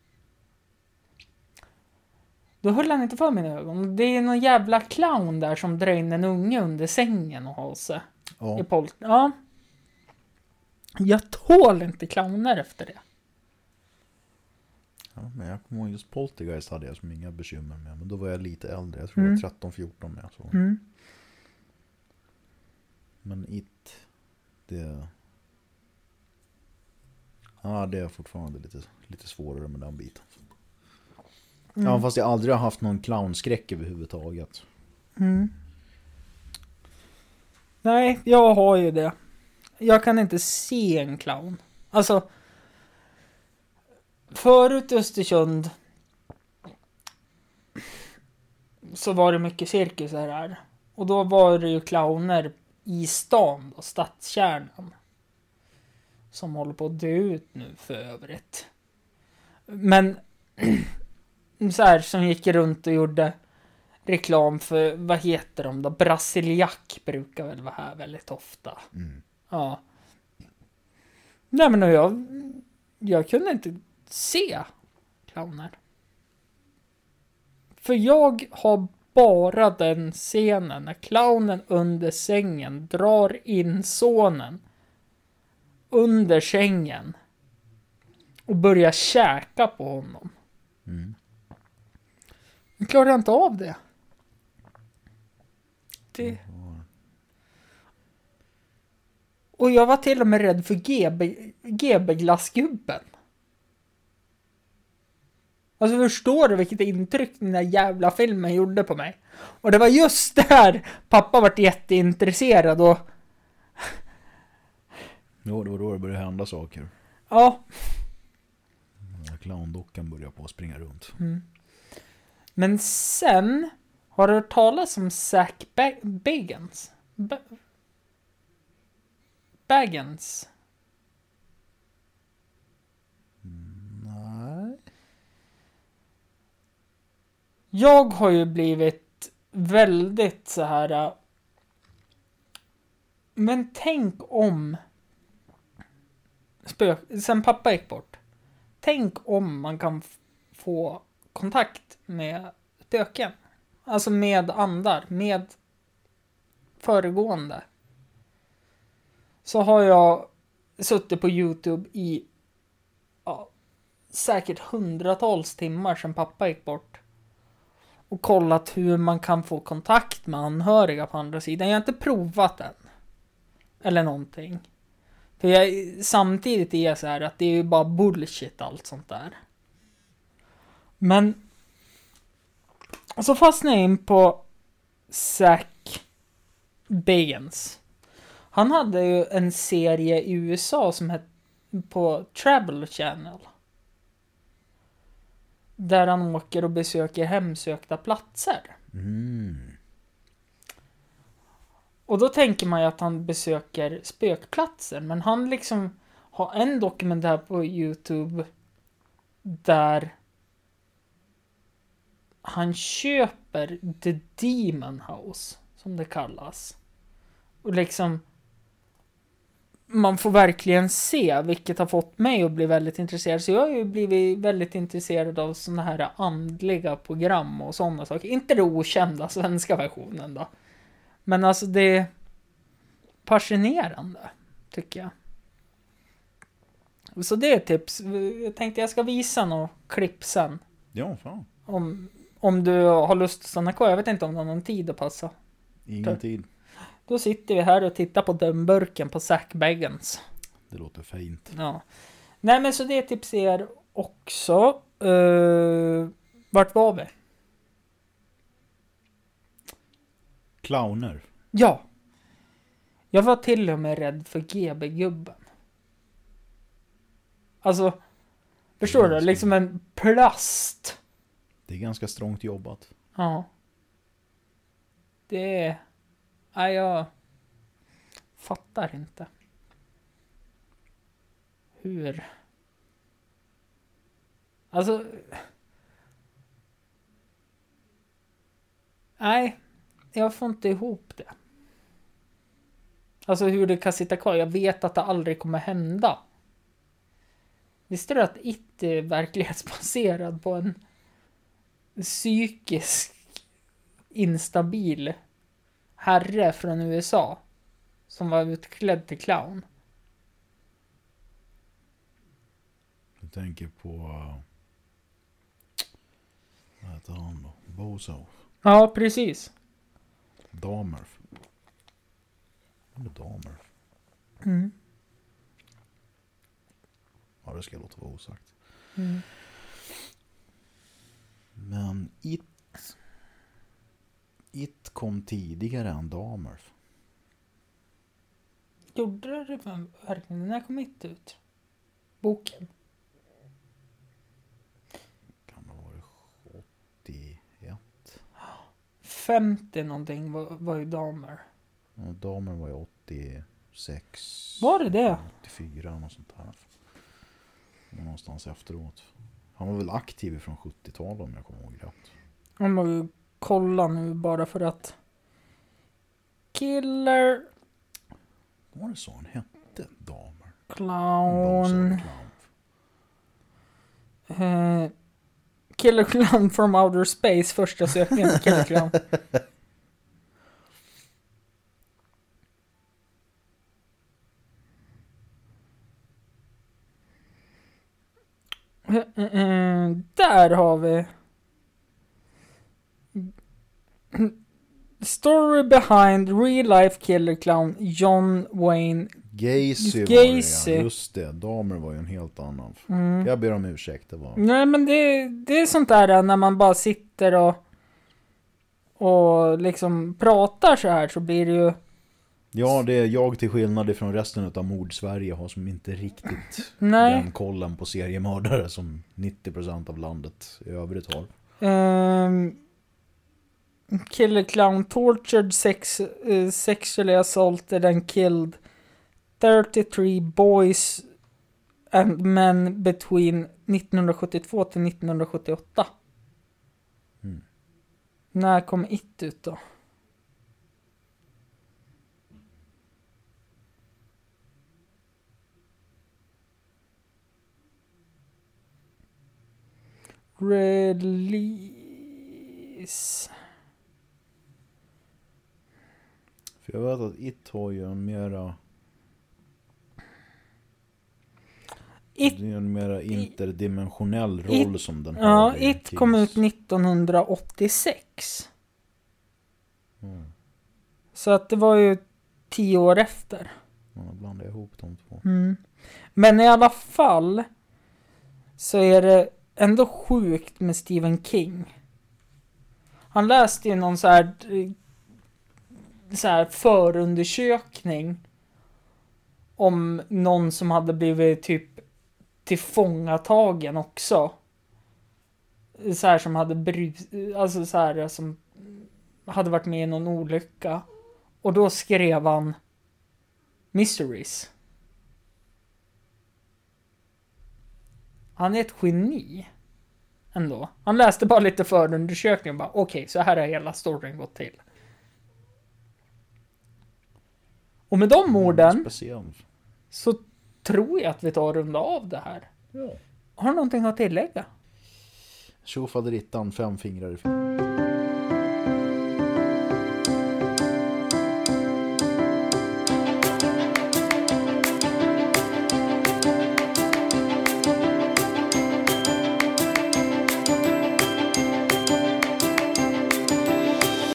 Då höll han inte för mina ögon. Det är någon jävla clown där som drar in en unge under sängen och har sig. Ja. Ja. Jag tål inte clowner efter det. Ja, men jag kommer ihåg just Poltergeist hade jag som inga bekymmer med. Men då var jag lite äldre. Jag tror jag var 13-14 när jag såg. Men It, det... Ja, det är fortfarande lite svårare med den biten. Ja, fast jag aldrig har haft någon clownskräck överhuvudtaget. Nej, jag har ju det. Jag kan inte se en clown. Alltså, förut i Östersund så var det mycket cirkusar här. Och då var det ju clowner i stan och stadskärnan. Som håller på att dö ut nu för övrigt. Men så här som gick runt och gjorde reklam för, vad heter de då? Brasiliak brukar väl vara här väldigt ofta. Ja. Nej men jag kunde inte se clowner. För jag har bara den scenen när clownen under sängen drar in sonen under sängen och börjar käka på honom. Jag klarar inte av det. Och jag var till och med rädd för GB-glassgubben. Alltså förstår du vilket intryck den där jävla filmen gjorde på mig? Och det var just där pappa vart jätteintresserad och... Jo, det var då det började hända saker. Ja. Clowndockan började på att springa runt. Men sen har du hört talas om Zach Bagans? Bagans? Nej. Jag har ju blivit väldigt så här. Men tänk om sen pappa gick bort. Tänk om man kan få kontakt med spöken. Alltså med andar, med föregående. Så har jag suttit på YouTube i säkert hundratals timmar sedan pappa gick bort. Och kollat hur man kan få kontakt med anhöriga på andra sidan. Jag har inte provat än. Eller någonting. För samtidigt är jag så här att det är ju bara bullshit allt sånt där. Men så fastnade jag in på Zach Bagans. Han hade ju en serie i USA som hette på Travel Channel. Där han åker och besöker hemsökta platser. Och då tänker man ju att han besöker spökplatser. Men han liksom har en dokumentär på YouTube där han köper The Demon House, som det kallas. Och liksom man får verkligen se, vilket har fått mig att bli väldigt intresserad. Så jag har ju blivit väldigt intresserad av såna här andliga program och sådana saker. Inte det okända svenska versionen då. Men alltså det är fascinerande, tycker jag. Så det är tips. Jag tänkte jag ska visa några klipp sen. Ja, fan. Om du har lust att stanna kvar. Jag vet inte om du har någon tid att passa. Ingen tid. Då sitter vi här och tittar på dömburken på Zach Bagans. Det låter fint. Ja. Nej men så det tips er också. Vart var vi? Clowner. Ja. Jag var till och med rädd för GB-gubben. Alltså, förstår du? Liksom en plast. Det är ganska strångt jobbat. Ja. Det är... Nej, jag fattar inte. Hur? Alltså... Nej, jag får inte ihop det. Alltså hur det kan sitta kvar. Jag vet att det aldrig kommer hända. Visste du att It är verklighetsbaserad på en psykisk instabil herre från USA som var utklädd till clown? Jag tänker på vad heter han då? Bozo. Ja, precis. Dahmer. Eller Dahmer. Mm. Ja, det ska jag låta vara osagt. Mm. Men It kom tidigare än Dahmer. Gjorde det verkligen? När kom It ut? boken? Kan det vara 81? 50 någonting var ju Dahmer. Ja, Dahmer var ju 86. Var det? 84 och något sånt här. Någonstans efteråt. Han var väl aktiv från 70-talet om jag kommer ihåg rätt. Jag måste kolla nu bara för att... Killer Var det så han hette? Dahmer? Clown. Killer Clown from Outer Space. Första sökningen på Killer Clown. Där har vi Story behind real life Killer Clown John Wayne Gacy. Var det, ja. Just det, Dahmer var ju en helt annan. Jag ber om ursäkt. Det var... Nej, men det är sånt där när man bara sitter och liksom pratar så här, så blir det ju... Ja, det är jag till skillnad ifrån resten av Mord-Sverige har som inte riktigt den kollen på seriemördare som 90% av landet i övrigt har. Killer Clown tortured, sexually assaulted and killed 33 boys and men between 1972 till 1978. När kom It ut då? Release. För jag vet att It har ju en mera... det är en mera interdimensionell roll som den har. Ja, It kom ut 1986. Så att det var ju 10 år efter. Man blandar ihop de två. Men i alla fall så är det ändå sjukt med Stephen King. Han läste ju någon så här förundersökning om någon som hade blivit typ tillfångatagen också. Så här som hade alltså så här som hade varit med i någon olycka. Och då skrev han Mysteries. Han är ett geni ändå. Han läste bara lite förundersökning och bara okej, så här har hela storyn gått till. Och med de orden så tror jag att vi tar och runda av det här. Ja. Har du någonting att tillägga? Tjofaderittan, 5 fingrar i